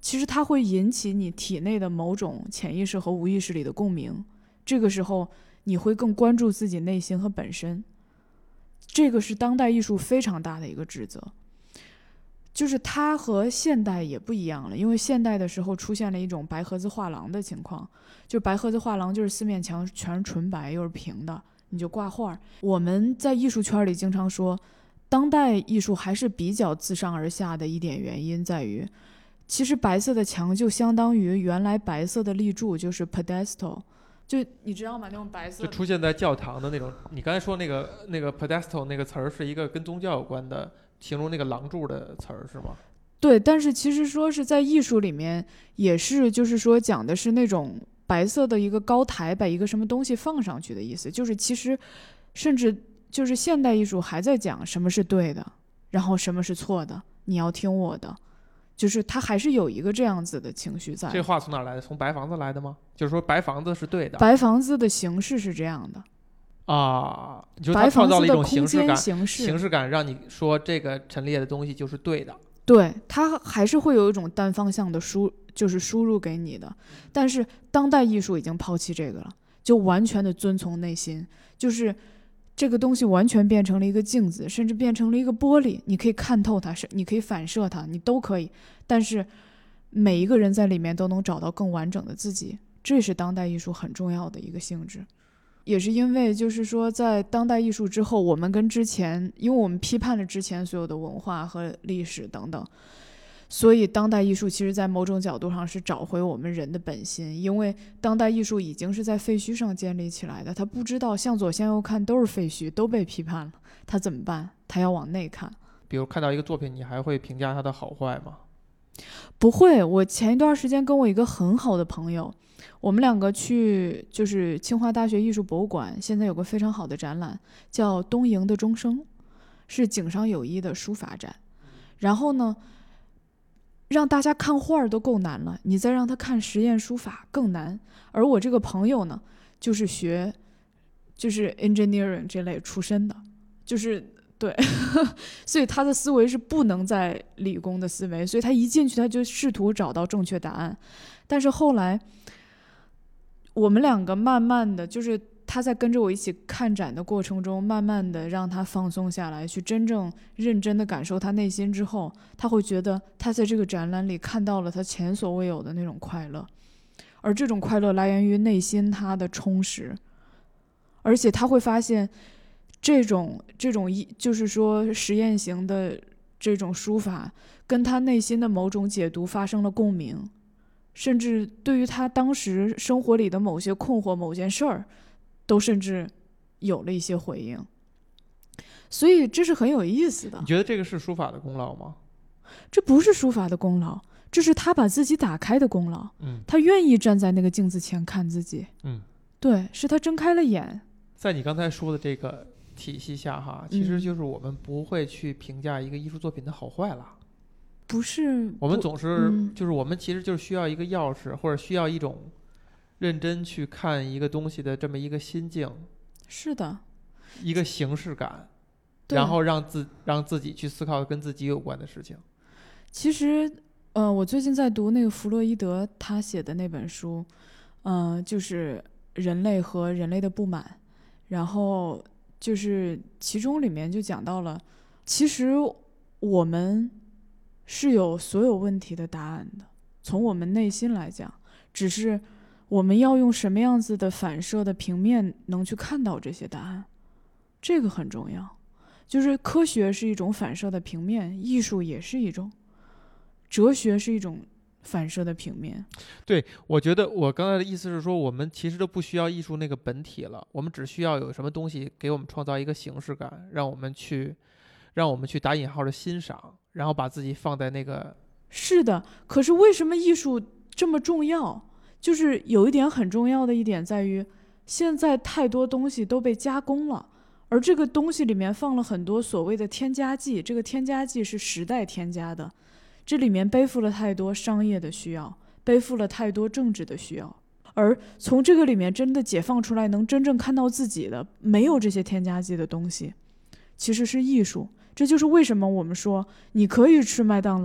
其实它会引起你体内的某种潜意识和无意识里的共鸣，这个时候你会更关注自己内心和本身。这个是当代艺术非常大的一个职责，就是它和现代也不一样了，因为现代的时候出现了一种白盒子画廊的情况，就白盒子画廊就是四面墙全是纯白又是平的，你就挂画。我们在艺术圈里经常说当代艺术还是比较自上而下的一点原因在于，其实白色的墙就相当于原来白色的立柱，就是 pedestal， 就你知道吗？那种白色就出现在教堂的那种。你刚才说那个 pedestal 那个词儿是一个跟宗教有关的，形容那个廊柱的词儿是吗？ 对，但是其实说是在艺术里面也是，就是说讲的是那种白色的一个高台，把一个什么东西放上去的意思。就是其实甚至就是现代艺术还在讲什么是对的，然后什么是错的，你要听我的，就是它还是有一个这样子的情绪在。 这话从哪来的？从白房子来的吗？就是说白房子是对的。 白房子的形式是这样的啊，你说白它创造了一房子的空种形式感， 间形式感让你说这个陈列的东西就是对的。 对，它还是会有一种单方向的就是输入给你的。但是当代艺术已经抛弃这个了，就完全的遵从内心，就是这个东西完全变成了一个镜子，甚至变成了一个玻璃，你可以看透它，你可以反射它，你都可以。但是每一个人在里面都能找到更完整的自己，这是当代艺术很重要的一个性质。也是因为就是说在当代艺术之后，我们跟之前，因为我们批判了之前所有的文化和历史等等，所以当代艺术其实在某种角度上是找回我们人的本心。因为当代艺术已经是在废墟上建立起来的，他不知道向左向右看都是废墟，都被批判了，他怎么办？他要往内看。 比如看到一个作品，你还会评价它的好坏吗？ 不会。我前一段时间跟我一个很好的朋友，我们两个去就是清华大学艺术博物馆，现在有个非常好的展览叫东瀛的钟声，是井上有一的书法展。然后呢，让大家看画都够难了，你再让他看实验书法更难。而我这个朋友呢，就是学就是 engineering 这类出身的，就是对所以他的思维是不能在理工的思维，所以他一进去他就试图找到正确答案。但是后来我们两个慢慢的，就是他在跟着我一起看展的过程中，慢慢的让他放松下来，去真正认真的感受他内心之后，他会觉得他在这个展览里看到了他前所未有的那种快乐，而这种快乐来源于内心他的充实。而且他会发现这种就是说实验型的这种书法跟他内心的某种解读发生了共鸣，甚至对于他当时生活里的某些困惑某件事儿都甚至有了一些回应。所以这是很有意思的。 你觉得这个是书法的功劳吗？ 这不是书法的功劳，这是他把自己打开的功劳。他愿意站在那个镜子前看自己。对，是他睁开了眼。 在你刚才说的这个体系下哈，其实就是我们不会去评价一个艺术作品的好坏了。 不是， 我们总是就是我们其实就是需要一个钥匙，或者需要一种认真去看一个东西的这么一个心境。 是的， 一个形式感，然后让自己去思考跟自己有关的事情。 其实我最近在读那个弗洛伊德他写的那本书，就是人类和人类的不满，然后就是其中里面就讲到了，其实我们是有所有问题的答案的，从我们内心来讲，只是我们要用什么样子的反射的平面能去看到这些答案，这个很重要。就是科学是一种反射的平面，艺术也是一种，哲学是一种反射的平面。 对，我觉得我刚才的意思是说，我们其实都不需要艺术那个本体了，我们只需要有什么东西给我们创造一个形式感，让我们去打引号的欣赏，然后把自己放在那个。 是的，可是为什么艺术这么重要？就是有一点很重要的一点在于，现在太多东西都被加工了，而这个东西里面放了很多所谓的添加剂，这个添加剂是时代添加的，这里面背负了太多商业的需要，背负了太多政治的需要，而从这个里面真的解放出来能真正看到自己的，没有这些添加剂的东西，其实是艺术。这就是为什么我们说你可以吃麦当劳，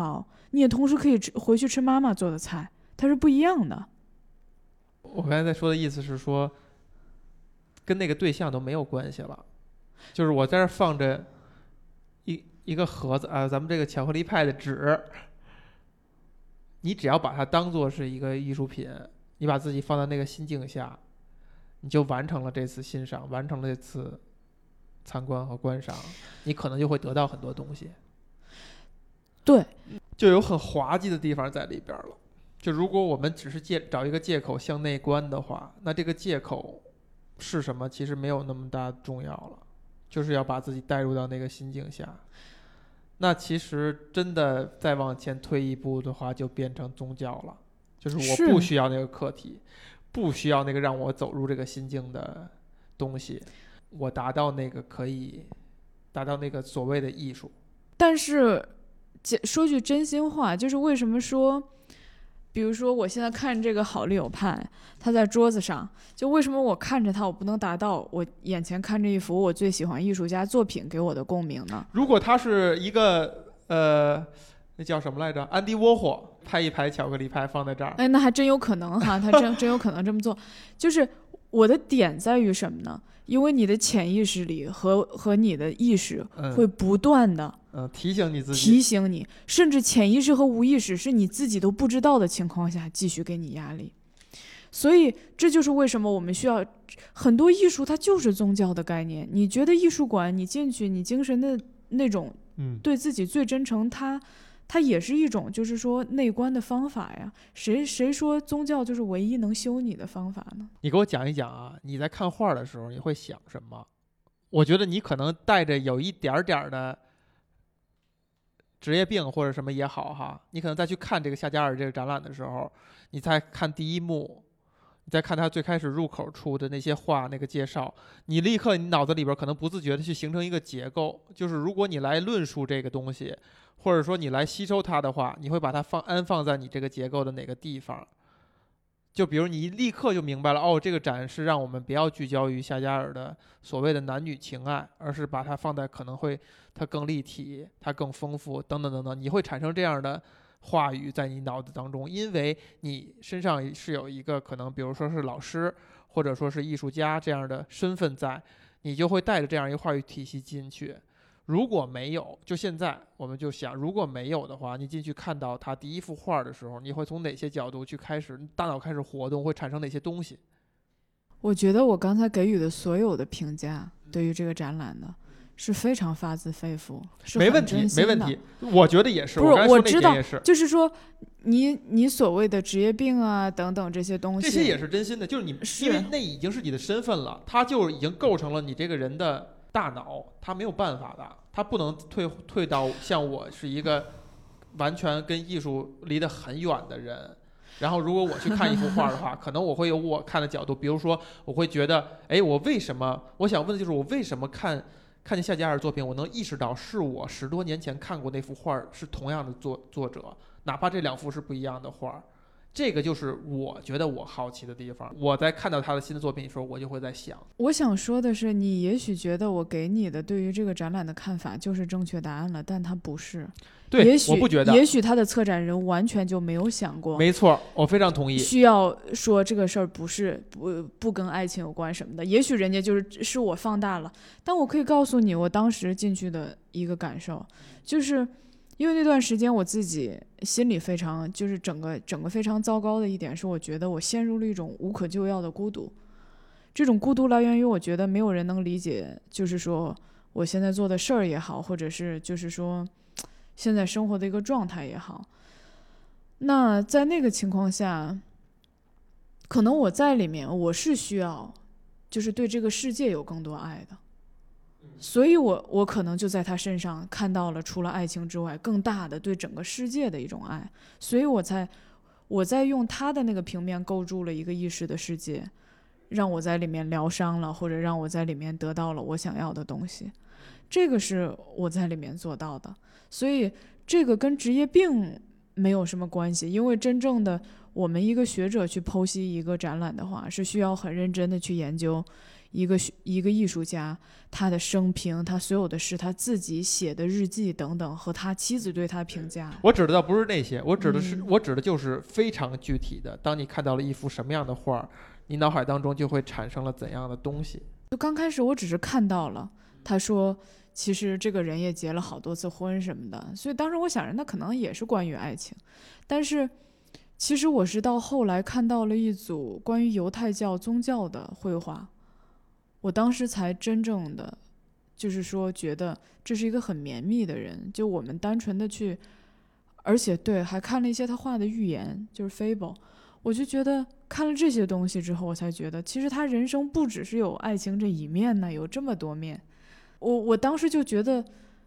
你也同时可以回去吃妈妈做的菜，它是不一样的。 我刚才在说的意思是说，跟那个对象都没有关系了，就是我在这放着一个盒子啊，咱们这个巧克力派的纸，你只要把它当做是一个艺术品，你把自己放在那个心境下，你就完成了这次欣赏，完成了这次参观和观赏，你可能就会得到很多东西。 对， 就有很滑稽的地方在里边了。就如果我们只是找一个借口向内观的话，那这个借口是什么其实没有那么大重要了，就是要把自己带入到那个心境下。那其实真的再往前推一步的话，就变成宗教了，就是我不需要那个课题，不需要那个让我走入这个心境的东西，我达到那个可以达到那个所谓的艺术。 但是说句真心话，就是为什么说，比如说我现在看这个好丽友派，它在桌子上，就为什么我看着它我不能达到我眼前看这一幅我最喜欢艺术家作品给我的共鸣呢？ 如果它是一个那叫什么来着？安迪沃霍拍一排巧克力派放在这儿， 哎，那还真有可能哈，他真有可能这么做。就是我的点在于什么呢？因为你的潜意识里和你的意识会不断的提醒你自己， 提醒你，甚至潜意识和无意识是你自己都不知道的情况下继续给你压力。所以这就是为什么我们需要很多艺术，它就是宗教的概念。你觉得艺术馆你进去，你精神的那种对自己最真诚，它也是一种就是说内观的方法呀。谁说宗教就是唯一能修你的方法呢？ 你给我讲一讲啊，你在看画的时候你会想什么？我觉得你可能带着有一点点的职业病或者什么也好哈，你可能再去看这个夏加尔这个展览的时候，你再看第一幕，你再看他最开始入口处的那些画那个介绍，你立刻你脑子里边可能不自觉的去形成一个结构，就是如果你来论述这个东西，或者说你来吸收它的话，你会把它安放在你这个结构的哪个地方。就比如你立刻就明白了，哦，这个展是让我们不要聚焦于夏加尔的所谓的男女情爱，而是把它放在可能会它更立体，它更丰富等等等等，你会产生这样的话语在你脑子当中，因为你身上是有一个可能比如说是老师或者说是艺术家这样的身份在，你就会带着这样一个话语体系进去。如果没有，就现在我们就想，如果没有的话，你进去看到他第一幅画的时候，你会从哪些角度去开始，大脑开始活动，会产生哪些东西？ 我觉得我刚才给予的所有的评价，对于这个展览的，是非常发自肺腑，是没问题，没问题。我觉得也是， 不是，我知道， 就是说，你所谓的职业病啊等等这些东西， 这些也是真心的，就是你，因为那已经是你的身份了，它就已经构成了你这个人的大脑，他没有办法的，他不能退到像我是一个完全跟艺术离得很远的人。然后如果我去看一幅画的话，可能我会有我看的角度，比如说我会觉得，哎，我想问的就是我为什么看见夏加尔作品，我能意识到是我10多年前看过那幅画是同样的作者，哪怕这2幅是不一样的画。这个就是我觉得我好奇的地方。我在看到他的新的作品的时候，我就会在想， 我想说的是，你也许觉得我给你的对于这个展览的看法就是正确答案了，但它不是。 对，我不觉得。 也许他的策展人完全就没有想过。 没错，我非常同意。 需要说这个事儿不跟爱情有关什么的，也许人家是我放大了，但我可以告诉你，我当时进去的一个感受就是。因为那段时间我自己心里非常就是整个非常糟糕的一点是，我觉得我陷入了一种无可救药的孤独。这种孤独来源于我觉得没有人能理解，就是说我现在做的事儿也好，或者是就是说现在生活的一个状态也好。那在那个情况下，可能我在里面我是需要就是对这个世界有更多爱的。所以我可能就在他身上看到了除了爱情之外更大的对整个世界的一种爱，所以我在用他的那个平面构筑了一个意识的世界，让我在里面疗伤了，或者让我在里面得到了我想要的东西，这个是我在里面做到的。所以这个跟职业病没有什么关系，因为真正的我们一个学者去剖析一个展览的话，是需要很认真的去研究一个艺术家他的生平，他所有的事，他自己写的日记等等，和他妻子对他评价。 我指的倒不是那些，我指的就是非常具体的。当你看到了一幅什么样的画，你脑海当中就会产生了怎样的东西。 就刚开始我只是看到了，他说其实这个人也结了好多次婚什么的，所以当时我想着那可能也是关于爱情。但是其实我是到后来看到了一组关于犹太教宗教的绘画，我当时才真正的就是说觉得这是一个很绵密的人，就我们单纯的去，而且对还看了一些他画的寓言，就是 fable。 我就觉得看了这些东西之后，我才觉得其实他人生不只是有爱情这一面呢，有这么多面。我当时就觉得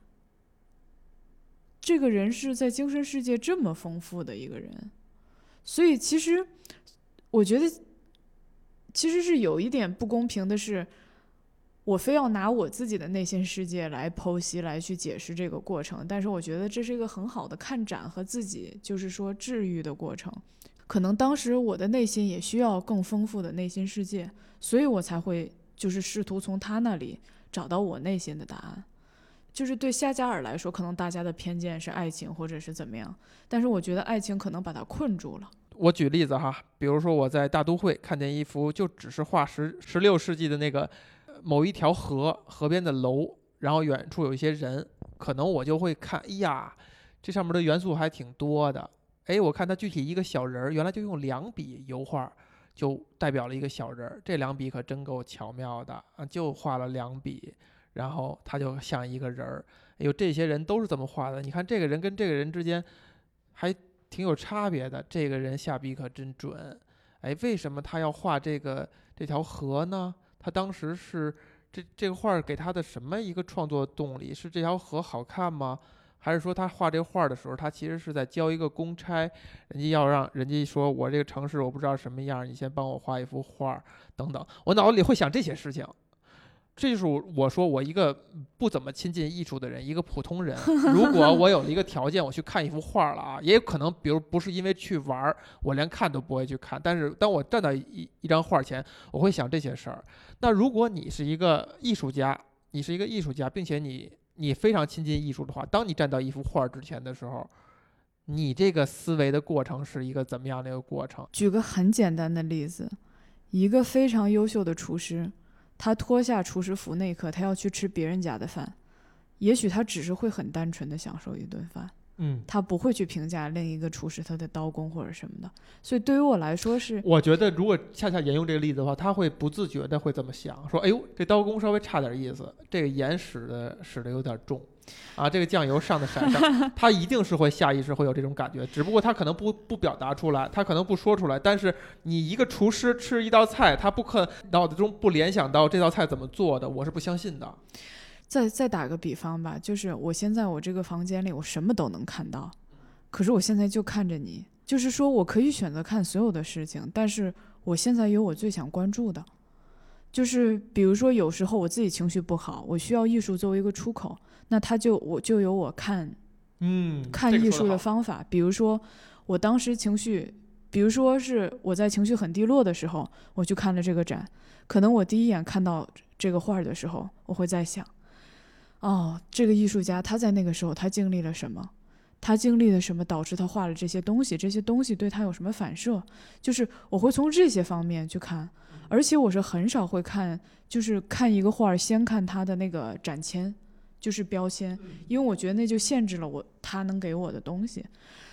这个人是在精神世界这么丰富的一个人，所以其实我觉得其实是有一点不公平的是，我非要拿我自己的内心世界来剖析来去解释这个过程，但是我觉得这是一个很好的看展和自己就是说治愈的过程。可能当时我的内心也需要更丰富的内心世界，所以我才会就是试图从他那里找到我内心的答案。就是对夏加尔来说，可能大家的偏见是爱情或者是怎么样，但是我觉得爱情可能把他困住了。 我举例子哈，比如说我在大都会看见一幅就只是画16世纪的那个某一条河边的楼，然后远处有一些人，可能我就会看，哎呀，这上面的元素还挺多的。哎，我看它具体一个小人，原来就用2笔油画就代表了一个小人，这2笔可真够巧妙的啊，就画了2笔，然后他就像一个人儿。哎呦，这些人都是这么画的，你看这个人跟这个人之间还挺有差别的，这个人下笔可真准。哎，为什么他要画这条河呢？他当时是这个画给他的什么一个创作动力？是这条河好看吗？还是说他画这画的时候，他其实是在交一个公差，人家要让人家说我这个城市我不知道什么样，你先帮我画一幅画等等。我脑子里会想这些事情。这就是我说我一个不怎么亲近艺术的人，一个普通人。如果我有了一个条件，我去看一幅画了啊，也有可能，比如不是因为去玩，我连看都不会去看。但是当我站到一张画前，我会想这些事儿。那如果你是一个艺术家，并且你非常亲近艺术的话，当你站到一幅画之前的时候，你这个思维的过程是一个怎么样的一个过程？ 举个很简单的例子，一个非常优秀的厨师，他脱下厨师服那一刻，他要去吃别人家的饭，也许他只是会很单纯的享受一顿饭，他不会去评价另一个厨师他的刀工或者什么的。所以对于我来说是， 我觉得如果恰恰沿用这个例子的话，他会不自觉的会这么想，说哎呦，这刀工稍微差点意思，这个盐使的有点重啊，这个酱油上的闪上，他一定是会下意识会有这种感觉，只不过他可能不表达出来，他可能不说出来。但是你一个厨师吃一道菜，他不可脑子中不联想到这道菜怎么做的，我是不相信的。 再打个比方吧，就是我现在我这个房间里我什么都能看到，可是我现在就看着你，就是说我可以选择看所有的事情，但是我现在有我最想关注的，就是比如说有时候我自己情绪不好，我需要艺术作为一个出口，那我就有我看艺术的方法。比如说我当时情绪，比如说是我在情绪很低落的时候，我去看了这个展，可能我第一眼看到这个画的时候，我会在想，哦，这个艺术家他在那个时候他经历了什么，他经历了什么导致他画了这些东西，这些东西对他有什么反射，就是我会从这些方面去看。而且我是很少会看，就是看一个画先看他的那个展签，就是标签，因为我觉得那就限制了他能给我的东西。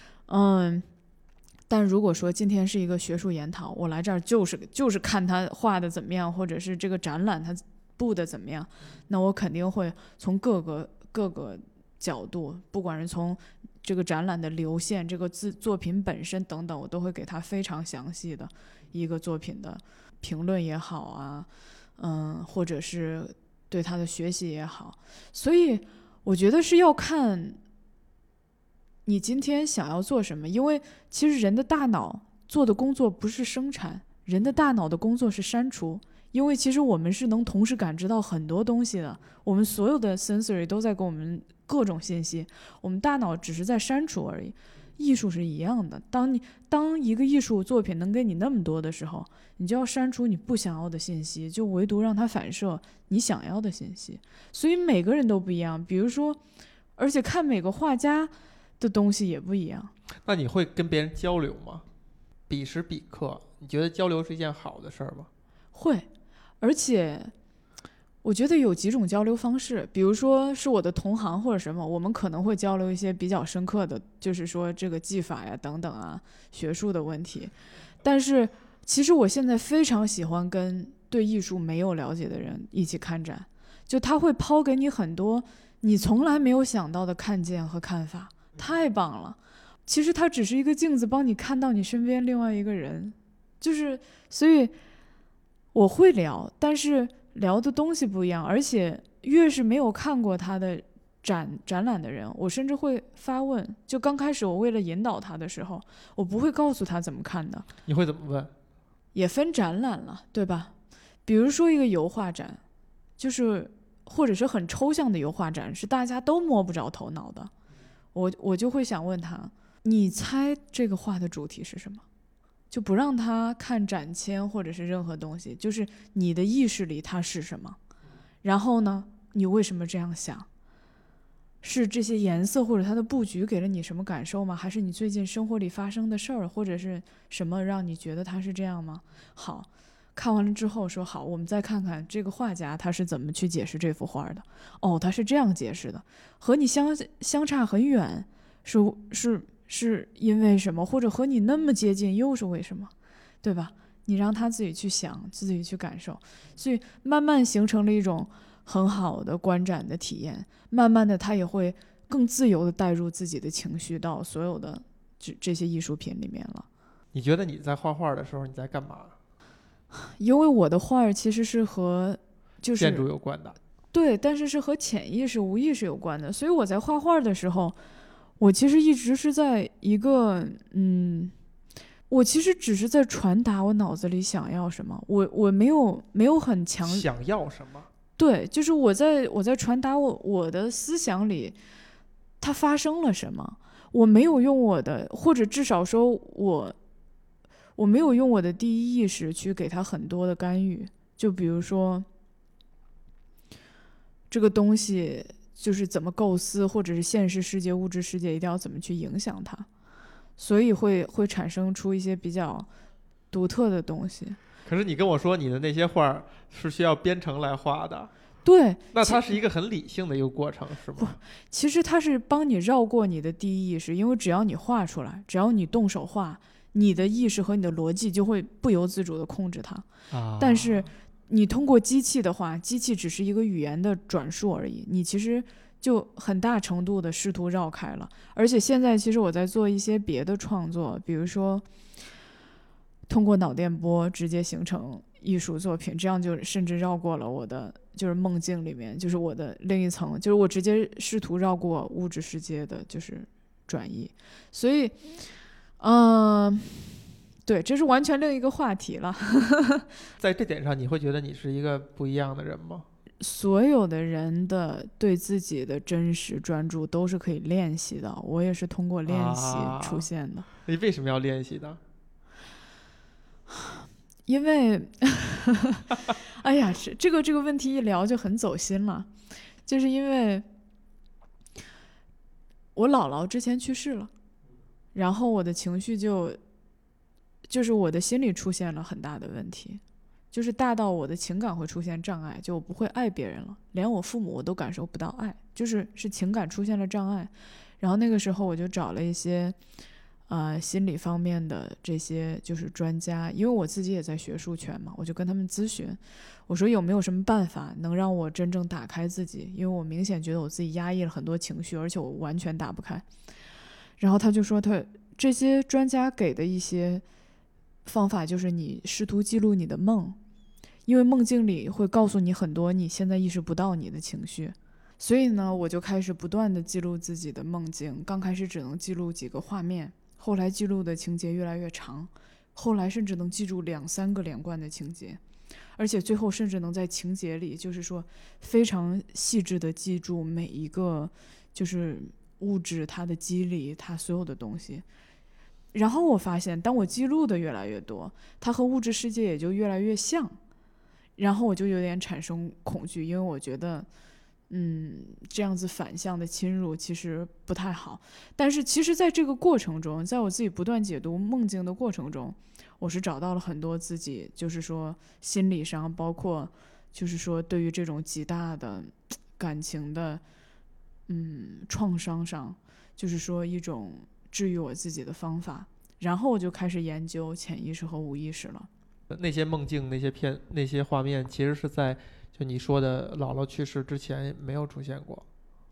但如果说今天是一个学术研讨，我来这儿就是看他画的怎么样，或者是这个展览他布的怎么样，那我肯定会从各个角度，不管是从这个展览的流线，这个作品本身等等，我都会给他非常详细的一个作品的评论也好啊，或者是对他的学习也好。所以我觉得是要看你今天想要做什么，因为其实人的大脑做的工作不是生产，人的大脑的工作是删除。因为其实我们是能同时感知到很多东西的，我们所有的 sensory 都在给我们各种信息，我们大脑只是在删除而已。 艺术是一样的，当一个艺术作品能给你那么多的时候，你就要删除你不想要的信息，就唯独让它反射你想要的信息。所以每个人都不一样，比如说，而且看每个画家的东西也不一样。 那你会跟别人交流吗？彼时彼刻，你觉得交流是一件好的事儿吗？ 会，而且我觉得有几种交流方式，比如说是我的同行或者什么，我们可能会交流一些比较深刻的，就是说这个技法呀等等啊，学术的问题。但是其实我现在非常喜欢跟对艺术没有了解的人一起看展，就他会抛给你很多你从来没有想到的看见和看法，太棒了。其实它只是一个镜子，帮你看到你身边另外一个人，就是所以我会聊，但是聊的东西不一样，而且越是没有看过他的展览的人，我甚至会发问。就刚开始我为了引导他的时候，我不会告诉他怎么看的。 你会怎么问？ 也分展览了，对吧？比如说一个油画展，就是或者是很抽象的油画展，是大家都摸不着头脑的，我就会想问他，你猜这个画的主题是什么？就不让他看展签或者是任何东西，就是你的意识里它是什么，然后呢，你为什么这样想？是这些颜色或者它的布局给了你什么感受吗？还是你最近生活里发生的事儿，或者是什么让你觉得它是这样吗？好，看完了之后说好，我们再看看这个画家他是怎么去解释这幅画的。哦，他是这样解释的，和你相差很远，是因为什么？或者和你那么接近又是为什么？对吧？你让他自己去想，自己去感受，所以慢慢形成了一种很好的观展的体验。慢慢的他也会更自由的带入自己的情绪到所有的这些艺术品里面了。 你觉得你在画画的时候你在干嘛？ 因为我的画其实是和就是建筑有关的。 对，但是是和潜意识无意识有关的，所以我在画画的时候，我其实一直是在一个我其实只是在传达我脑子里想要什么，我没有很强想要什么？ 对，就是我在传达我的思想里它发生了什么，我没有用我的，或者至少说我没有用我的第一意识去给它很多的干预，就比如说这个东西就是怎么构思，或者是现实世界物质世界一定要怎么去影响它，所以会产生出一些比较独特的东西。 可是你跟我说你的那些画是需要编程来画的， 对， 那它是一个很理性的一个过程，是吗？ 其实它是帮你绕过你的第一意识，因为只要你画出来，只要你动手画，你的意识和你的逻辑就会不由自主地控制它。但是你通过机器的话，机器只是一个语言的转述而已，你其实就很大程度的试图绕开了。而且现在其实我在做一些别的创作，比如说通过脑电波直接形成艺术作品，这样就甚至绕过了我的就是梦境里面，就是我的另一层，就是我直接试图绕过物质世界的就是转移。所以对，这是完全另一个话题了。 在这点上你会觉得你是一个不一样的人吗？ 所有的人的对自己的真实专注都是可以练习的，我也是通过练习出现的。 你为什么要练习呢？ 因为哎呀，这个问题一聊就很走心了，就是因为我姥姥之前去世了，然后我的情绪就是我的心理出现了很大的问题，就是大到我的情感会出现障碍，就我不会爱别人了，连我父母我都感受不到爱，就是情感出现了障碍。然后那个时候我就找了一些心理方面的这些就是专家，因为我自己也在学术圈嘛，我就跟他们咨询，我说有没有什么办法能让我真正打开自己，因为我明显觉得我自己压抑了很多情绪，而且我完全打不开。然后他就说这些专家给的一些方法就是你试图记录你的梦，因为梦境里会告诉你很多你现在意识不到你的情绪。所以呢，我就开始不断的记录自己的梦境，刚开始只能记录几个画面，后来记录的情节越来越长，后来甚至能记住2-3个连贯的情节，而且最后甚至能在情节里就是说非常细致的记住每一个就是物质、它的机理、它所有的东西。然后我发现当我记录的越来越多，它和物质世界也就越来越像，然后我就有点产生恐惧，因为我觉得这样子反向的侵入其实不太好。但是其实在这个过程中，在我自己不断解读梦境的过程中，我是找到了很多自己就是说心理上，包括就是说对于这种极大的感情的创伤上，就是说一种治愈我自己的方法。然后我就开始研究潜意识和无意识了。 那些梦境、那些画面，其实是在就你说的姥姥去世之前没有出现过。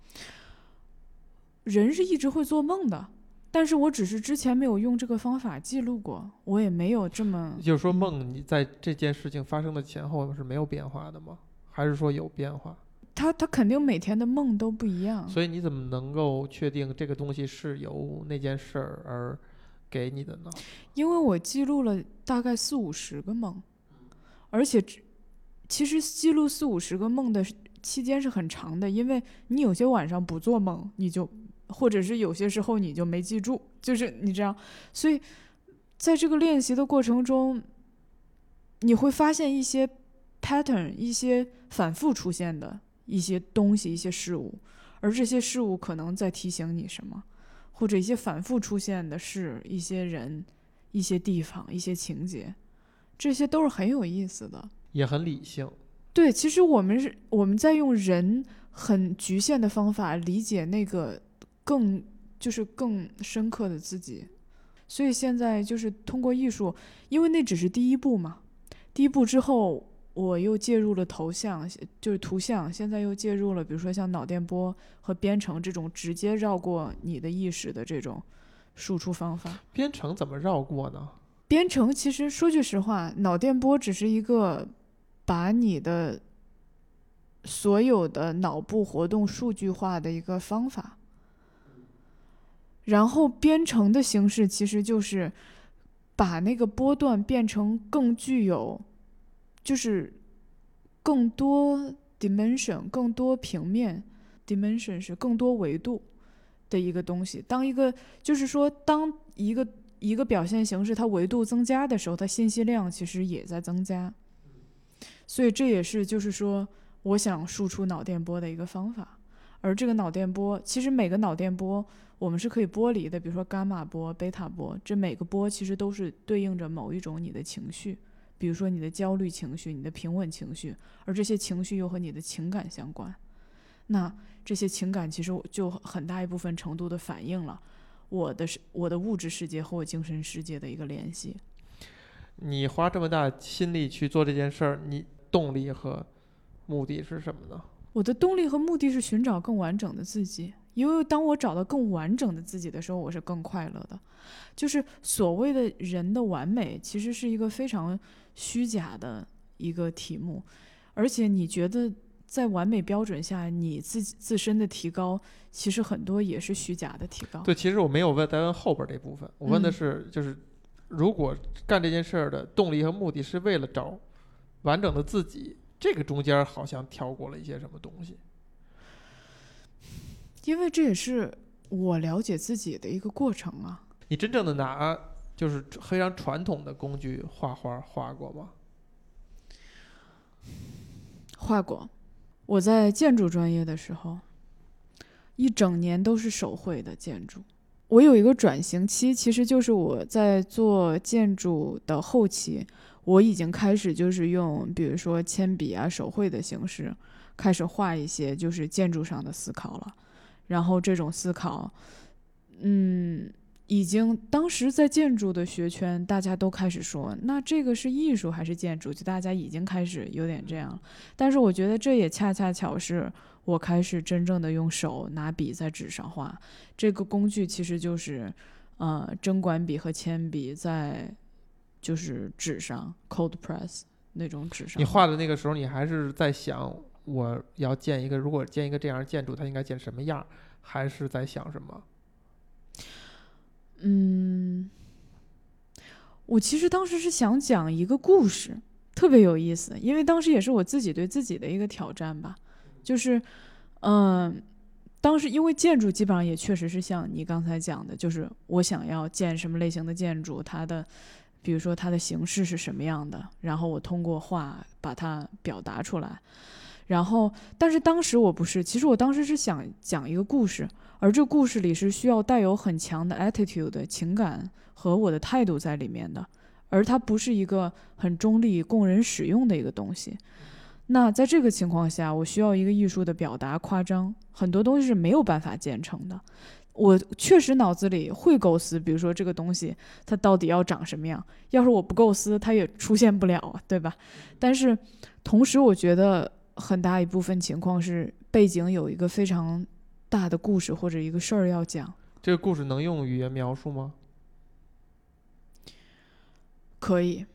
人是一直会做梦的，但是我只是之前没有用这个方法记录过，我也没有这么就是说梦你在这件事情发生的前后是没有变化的吗？还是说有变化？ 他肯定每天的梦都不一样。 所以你怎么能够确定这个东西是由那件事儿而给你的呢？ 因为我记录了大概40-50个梦，而且其实记录40-50个梦的期间是很长的，因为你有些晚上不做梦，你就或者是有些时候你就没记住，就是你这样。所以在这个练习的过程中，你会发现一些 pattern， 一些反复出现的一些东西、一些事物，而这些事物可能在提醒你什么，或者一些反复出现的事、一些人、一些地方、一些情节，这些都是很有意思的， 也很理性。 对，其实我们在用人很局限的方法理解那个更深刻的自己。所以现在就是通过艺术，因为那只是第一步嘛，第一步之后我又介入了头像，就是图像，现在又介入了比如说像脑电波和编程这种直接绕过你的意识的这种输出方法。 编程怎么绕过呢？ 编程其实说句实话，脑电波只是一个把你的所有的脑部活动数据化的一个方法，然后编程的形式其实就是把那个波段变成更具有就是更多 dimension， 更多平面 dimension 是更多维度的一个东西。当一个表现形式它维度增加的时候，它信息量其实也在增加。所以这也是就是说我想输出脑电波的一个方法。而这个脑电波其实每个脑电波我们是可以剥离的，比如说伽马波、贝塔波，这每个波其实都是对应着某一种你的情绪，比如说你的焦虑情绪、你的平稳情绪，而这些情绪又和你的情感相关。那这些情感其实就很大一部分程度的反映了我的物质世界和我精神世界的一个联系。 你花这么大心力去做这件事儿，你动力和目的是什么呢？ 我的动力和目的是寻找更完整的自己，因为当我找到更完整的自己的时候，我是更快乐的。就是所谓的人的完美其实是一个非常虚假的一个题目，而且你觉得在完美标准下你自身的提高其实很多也是虚假的提高。 对，其实我没有问后边这部分，我问的是就是如果干这件事儿的动力和目的是为了找完整的自己，这个中间好像跳过了一些什么东西。 因为这也是我了解自己的一个过程啊。 你真正的拿就是非常传统的工具画画画过吗？ 画过。我在建筑专业的时候一整年都是手绘的建筑。我有一个转型期，其实就是我在做建筑的后期，我已经开始就是用比如说铅笔啊手绘的形式开始画一些就是建筑上的思考了。然后这种思考已经当时在建筑的学圈大家都开始说那这个是艺术还是建筑，就大家已经开始有点这样了。但是我觉得这也恰恰巧是我开始真正的用手拿笔在纸上画，这个工具其实就是针管笔和铅笔在就是纸上 cold press 那种纸上。 你画的那个时候你还是在想我要如果建一个这样的建筑它应该建什么样，还是在想什么？ 我其实当时是想讲一个故事，特别有意思，因为当时也是我自己对自己的一个挑战吧。就是当时因为建筑基本上也确实是像你刚才讲的，就是我想要建什么类型的建筑，它的比如说它的形式是什么样的，然后我通过画把它表达出来。然后但是当时我不是，其实我当时是想讲一个故事，而这个故事里是需要带有很强的 attitude 的情感和我的态度在里面的，而它不是一个很中立供人使用的一个东西。那在这个情况下，我需要一个艺术的表达夸张，很多东西是没有办法建成的。我确实脑子里会构思，比如说这个东西它到底要长什么样，要是我不构思它也出现不了，对吧？但是同时我觉得很大一部分情况是背景有一个非常大的故事或者一个事儿要讲。 这个故事能用语言描述吗？ 可以。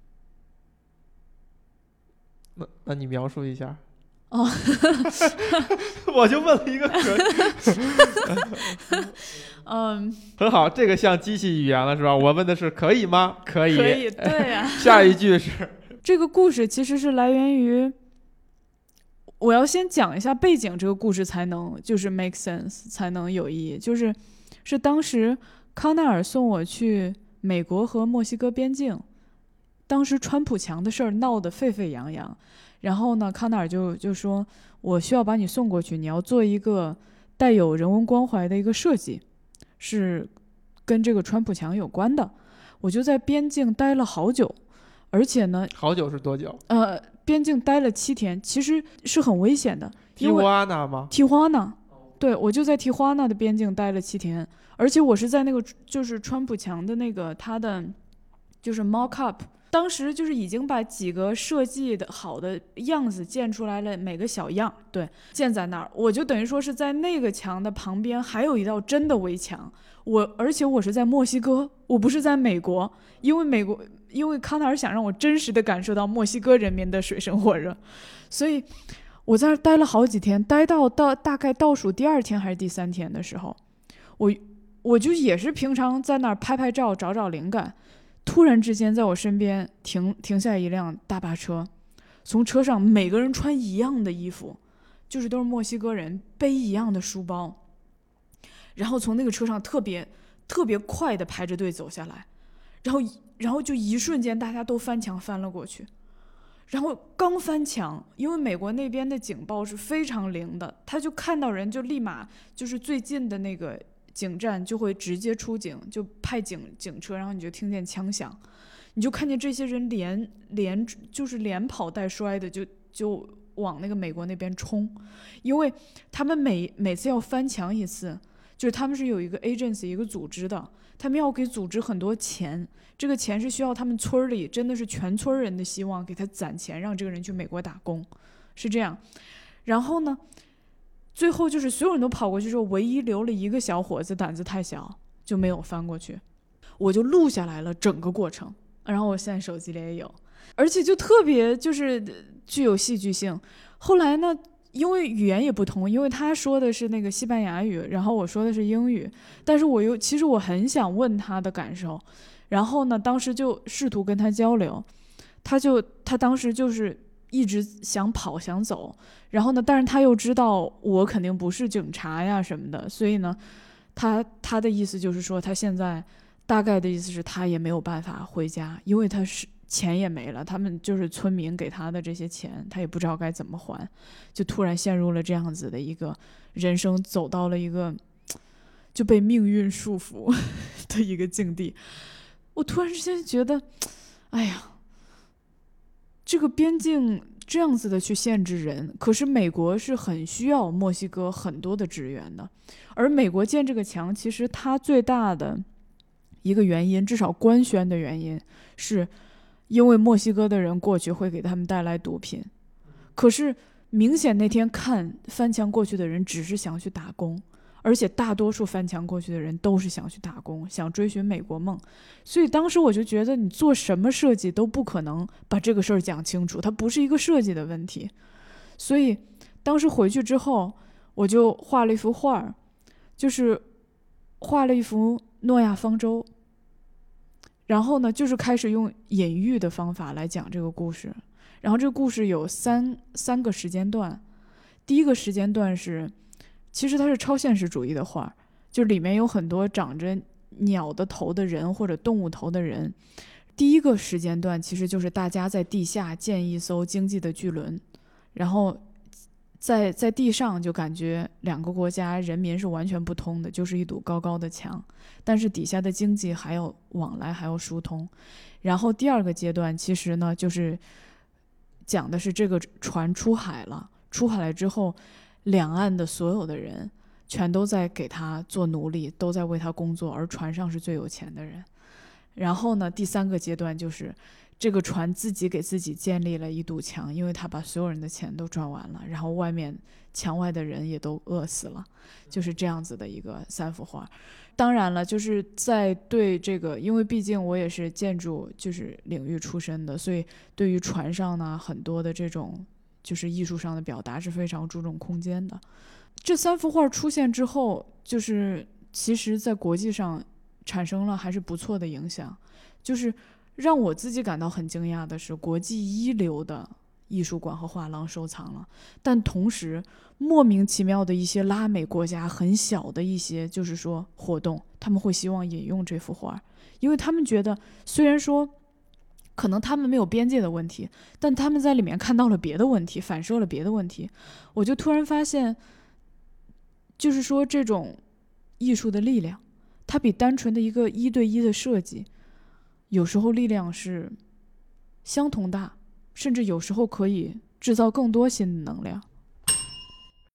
那你描述一下。 哦我就问了一个可以很好，这个像机器语言了是吧？我问的是可以吗？可以， 可以，对呀、 下一句是这个故事其实是来源于，我要先讲一下背景，这个故事才能就是 make sense， 才能有意义。是当时康奈尔送我去美国和墨西哥边境，当时川普墙的事儿闹得沸沸扬扬，然后呢，康奈尔就说我需要把你送过去，你要做一个带有人文关怀的一个设计，是跟这个川普墙有关的。我就在边境待了好久，而且呢， 好久是多久？ 边境待了7天，其实是很危险的。 提华纳吗？ 提华纳，对，我就在提华纳的边境待了7天，而且我是在那个就是川普墙的那个他的就是 mock up。当时就是已经把几个设计的好的样子建出来了，每个小样，对，建在那儿。我就等于说是在那个墙的旁边还有一道真的围墙。而且我是在墨西哥，我不是在美国，因为康奈尔想让我真实的感受到墨西哥人民的水深火热，所以我在那儿待了好几天，待到大概倒数第2天还是第3天的时候，我就也是平常在那儿拍拍照找找灵感。突然之间在我身边停下一辆大巴车，从车上每个人穿一样的衣服，就是都是墨西哥人，背一样的书包，然后从那个车上特别快的排着队走下来，然后就一瞬间大家都翻墙翻了过去，然后刚翻墙，因为美国那边的警报是非常灵的，他就看到人就立马就是最近的那个警站就会直接出警，就派警车，然后你就听见枪响，你就看见这些人就是连跑带摔的就往那个美国那边冲，因为他们每次要翻墙一次，就是他们是有一个 agency 一个组织的，他们要给组织很多钱，这个钱是需要他们村里真的是全村人的希望给他攒钱，让这个人去美国打工，是这样。然后呢最后就是所有人都跑过去之后，唯一留了一个小伙子胆子太小就没有翻过去，我就录下来了整个过程，然后我现在手机里也有，而且就特别就是具有戏剧性。后来呢因为语言也不同，因为他说的是那个西班牙语，然后我说的是英语，但是其实我很想问他的感受，然后呢当时就试图跟他交流，他当时就是一直想跑想走，然后呢但是他又知道我肯定不是警察呀什么的，所以呢他的意思就是说他现在大概的意思是他也没有办法回家，因为他是钱也没了，他们就是村民给他的这些钱他也不知道该怎么还，就突然陷入了这样子的一个人生，走到了一个就被命运束缚的一个境地。我突然之间觉得哎呀，这个边境这样子的去限制人，可是美国是很需要墨西哥很多的支援的，而美国建这个墙其实它最大的一个原因，至少官宣的原因，是因为墨西哥的人过去会给他们带来毒品，可是明显那天看翻墙过去的人只是想去打工，而且大多数翻墙过去的人都是想去打工，想追寻美国梦，所以当时我就觉得你做什么设计都不可能把这个事儿讲清楚，它不是一个设计的问题。所以当时回去之后我就画了一幅画，就是画了一幅诺亚方舟，然后呢就是开始用隐喻的方法来讲这个故事。然后这个故事有三个时间段，第一个时间段是其实它是超现实主义的画，就里面有很多长着鸟的头的人或者动物头的人。第一个时间段其实就是大家在地下建一艘经济的巨轮，然后在地上就感觉两个国家人民是完全不通的，就是一堵高高的墙，但是底下的经济还有往来，还有疏通。然后第二个阶段其实呢就是讲的是这个船出海了，出海了之后两岸的所有的人全都在给他做奴隶，都在为他工作，而船上是最有钱的人。然后呢第三个阶段就是这个船自己给自己建立了一堵墙，因为他把所有人的钱都赚完了，然后外面墙外的人也都饿死了，就是这样子的一个三幅画。当然了，就是在对这个，因为毕竟我也是建筑就是领域出身的，所以对于船上呢很多的这种就是艺术上的表达是非常注重空间的。这三幅画出现之后，就是其实在国际上产生了还是不错的影响。就是让我自己感到很惊讶的是，国际一流的艺术馆和画廊收藏了，但同时莫名其妙的一些拉美国家很小的一些就是说活动，他们会希望引用这幅画，因为他们觉得虽然说可能他们没有边界的问题，但他们在里面看到了别的问题，反射了别的问题。我就突然发现，就是说这种艺术的力量，它比单纯的一个一对一的设计，有时候力量是相同大，甚至有时候可以制造更多新的能量。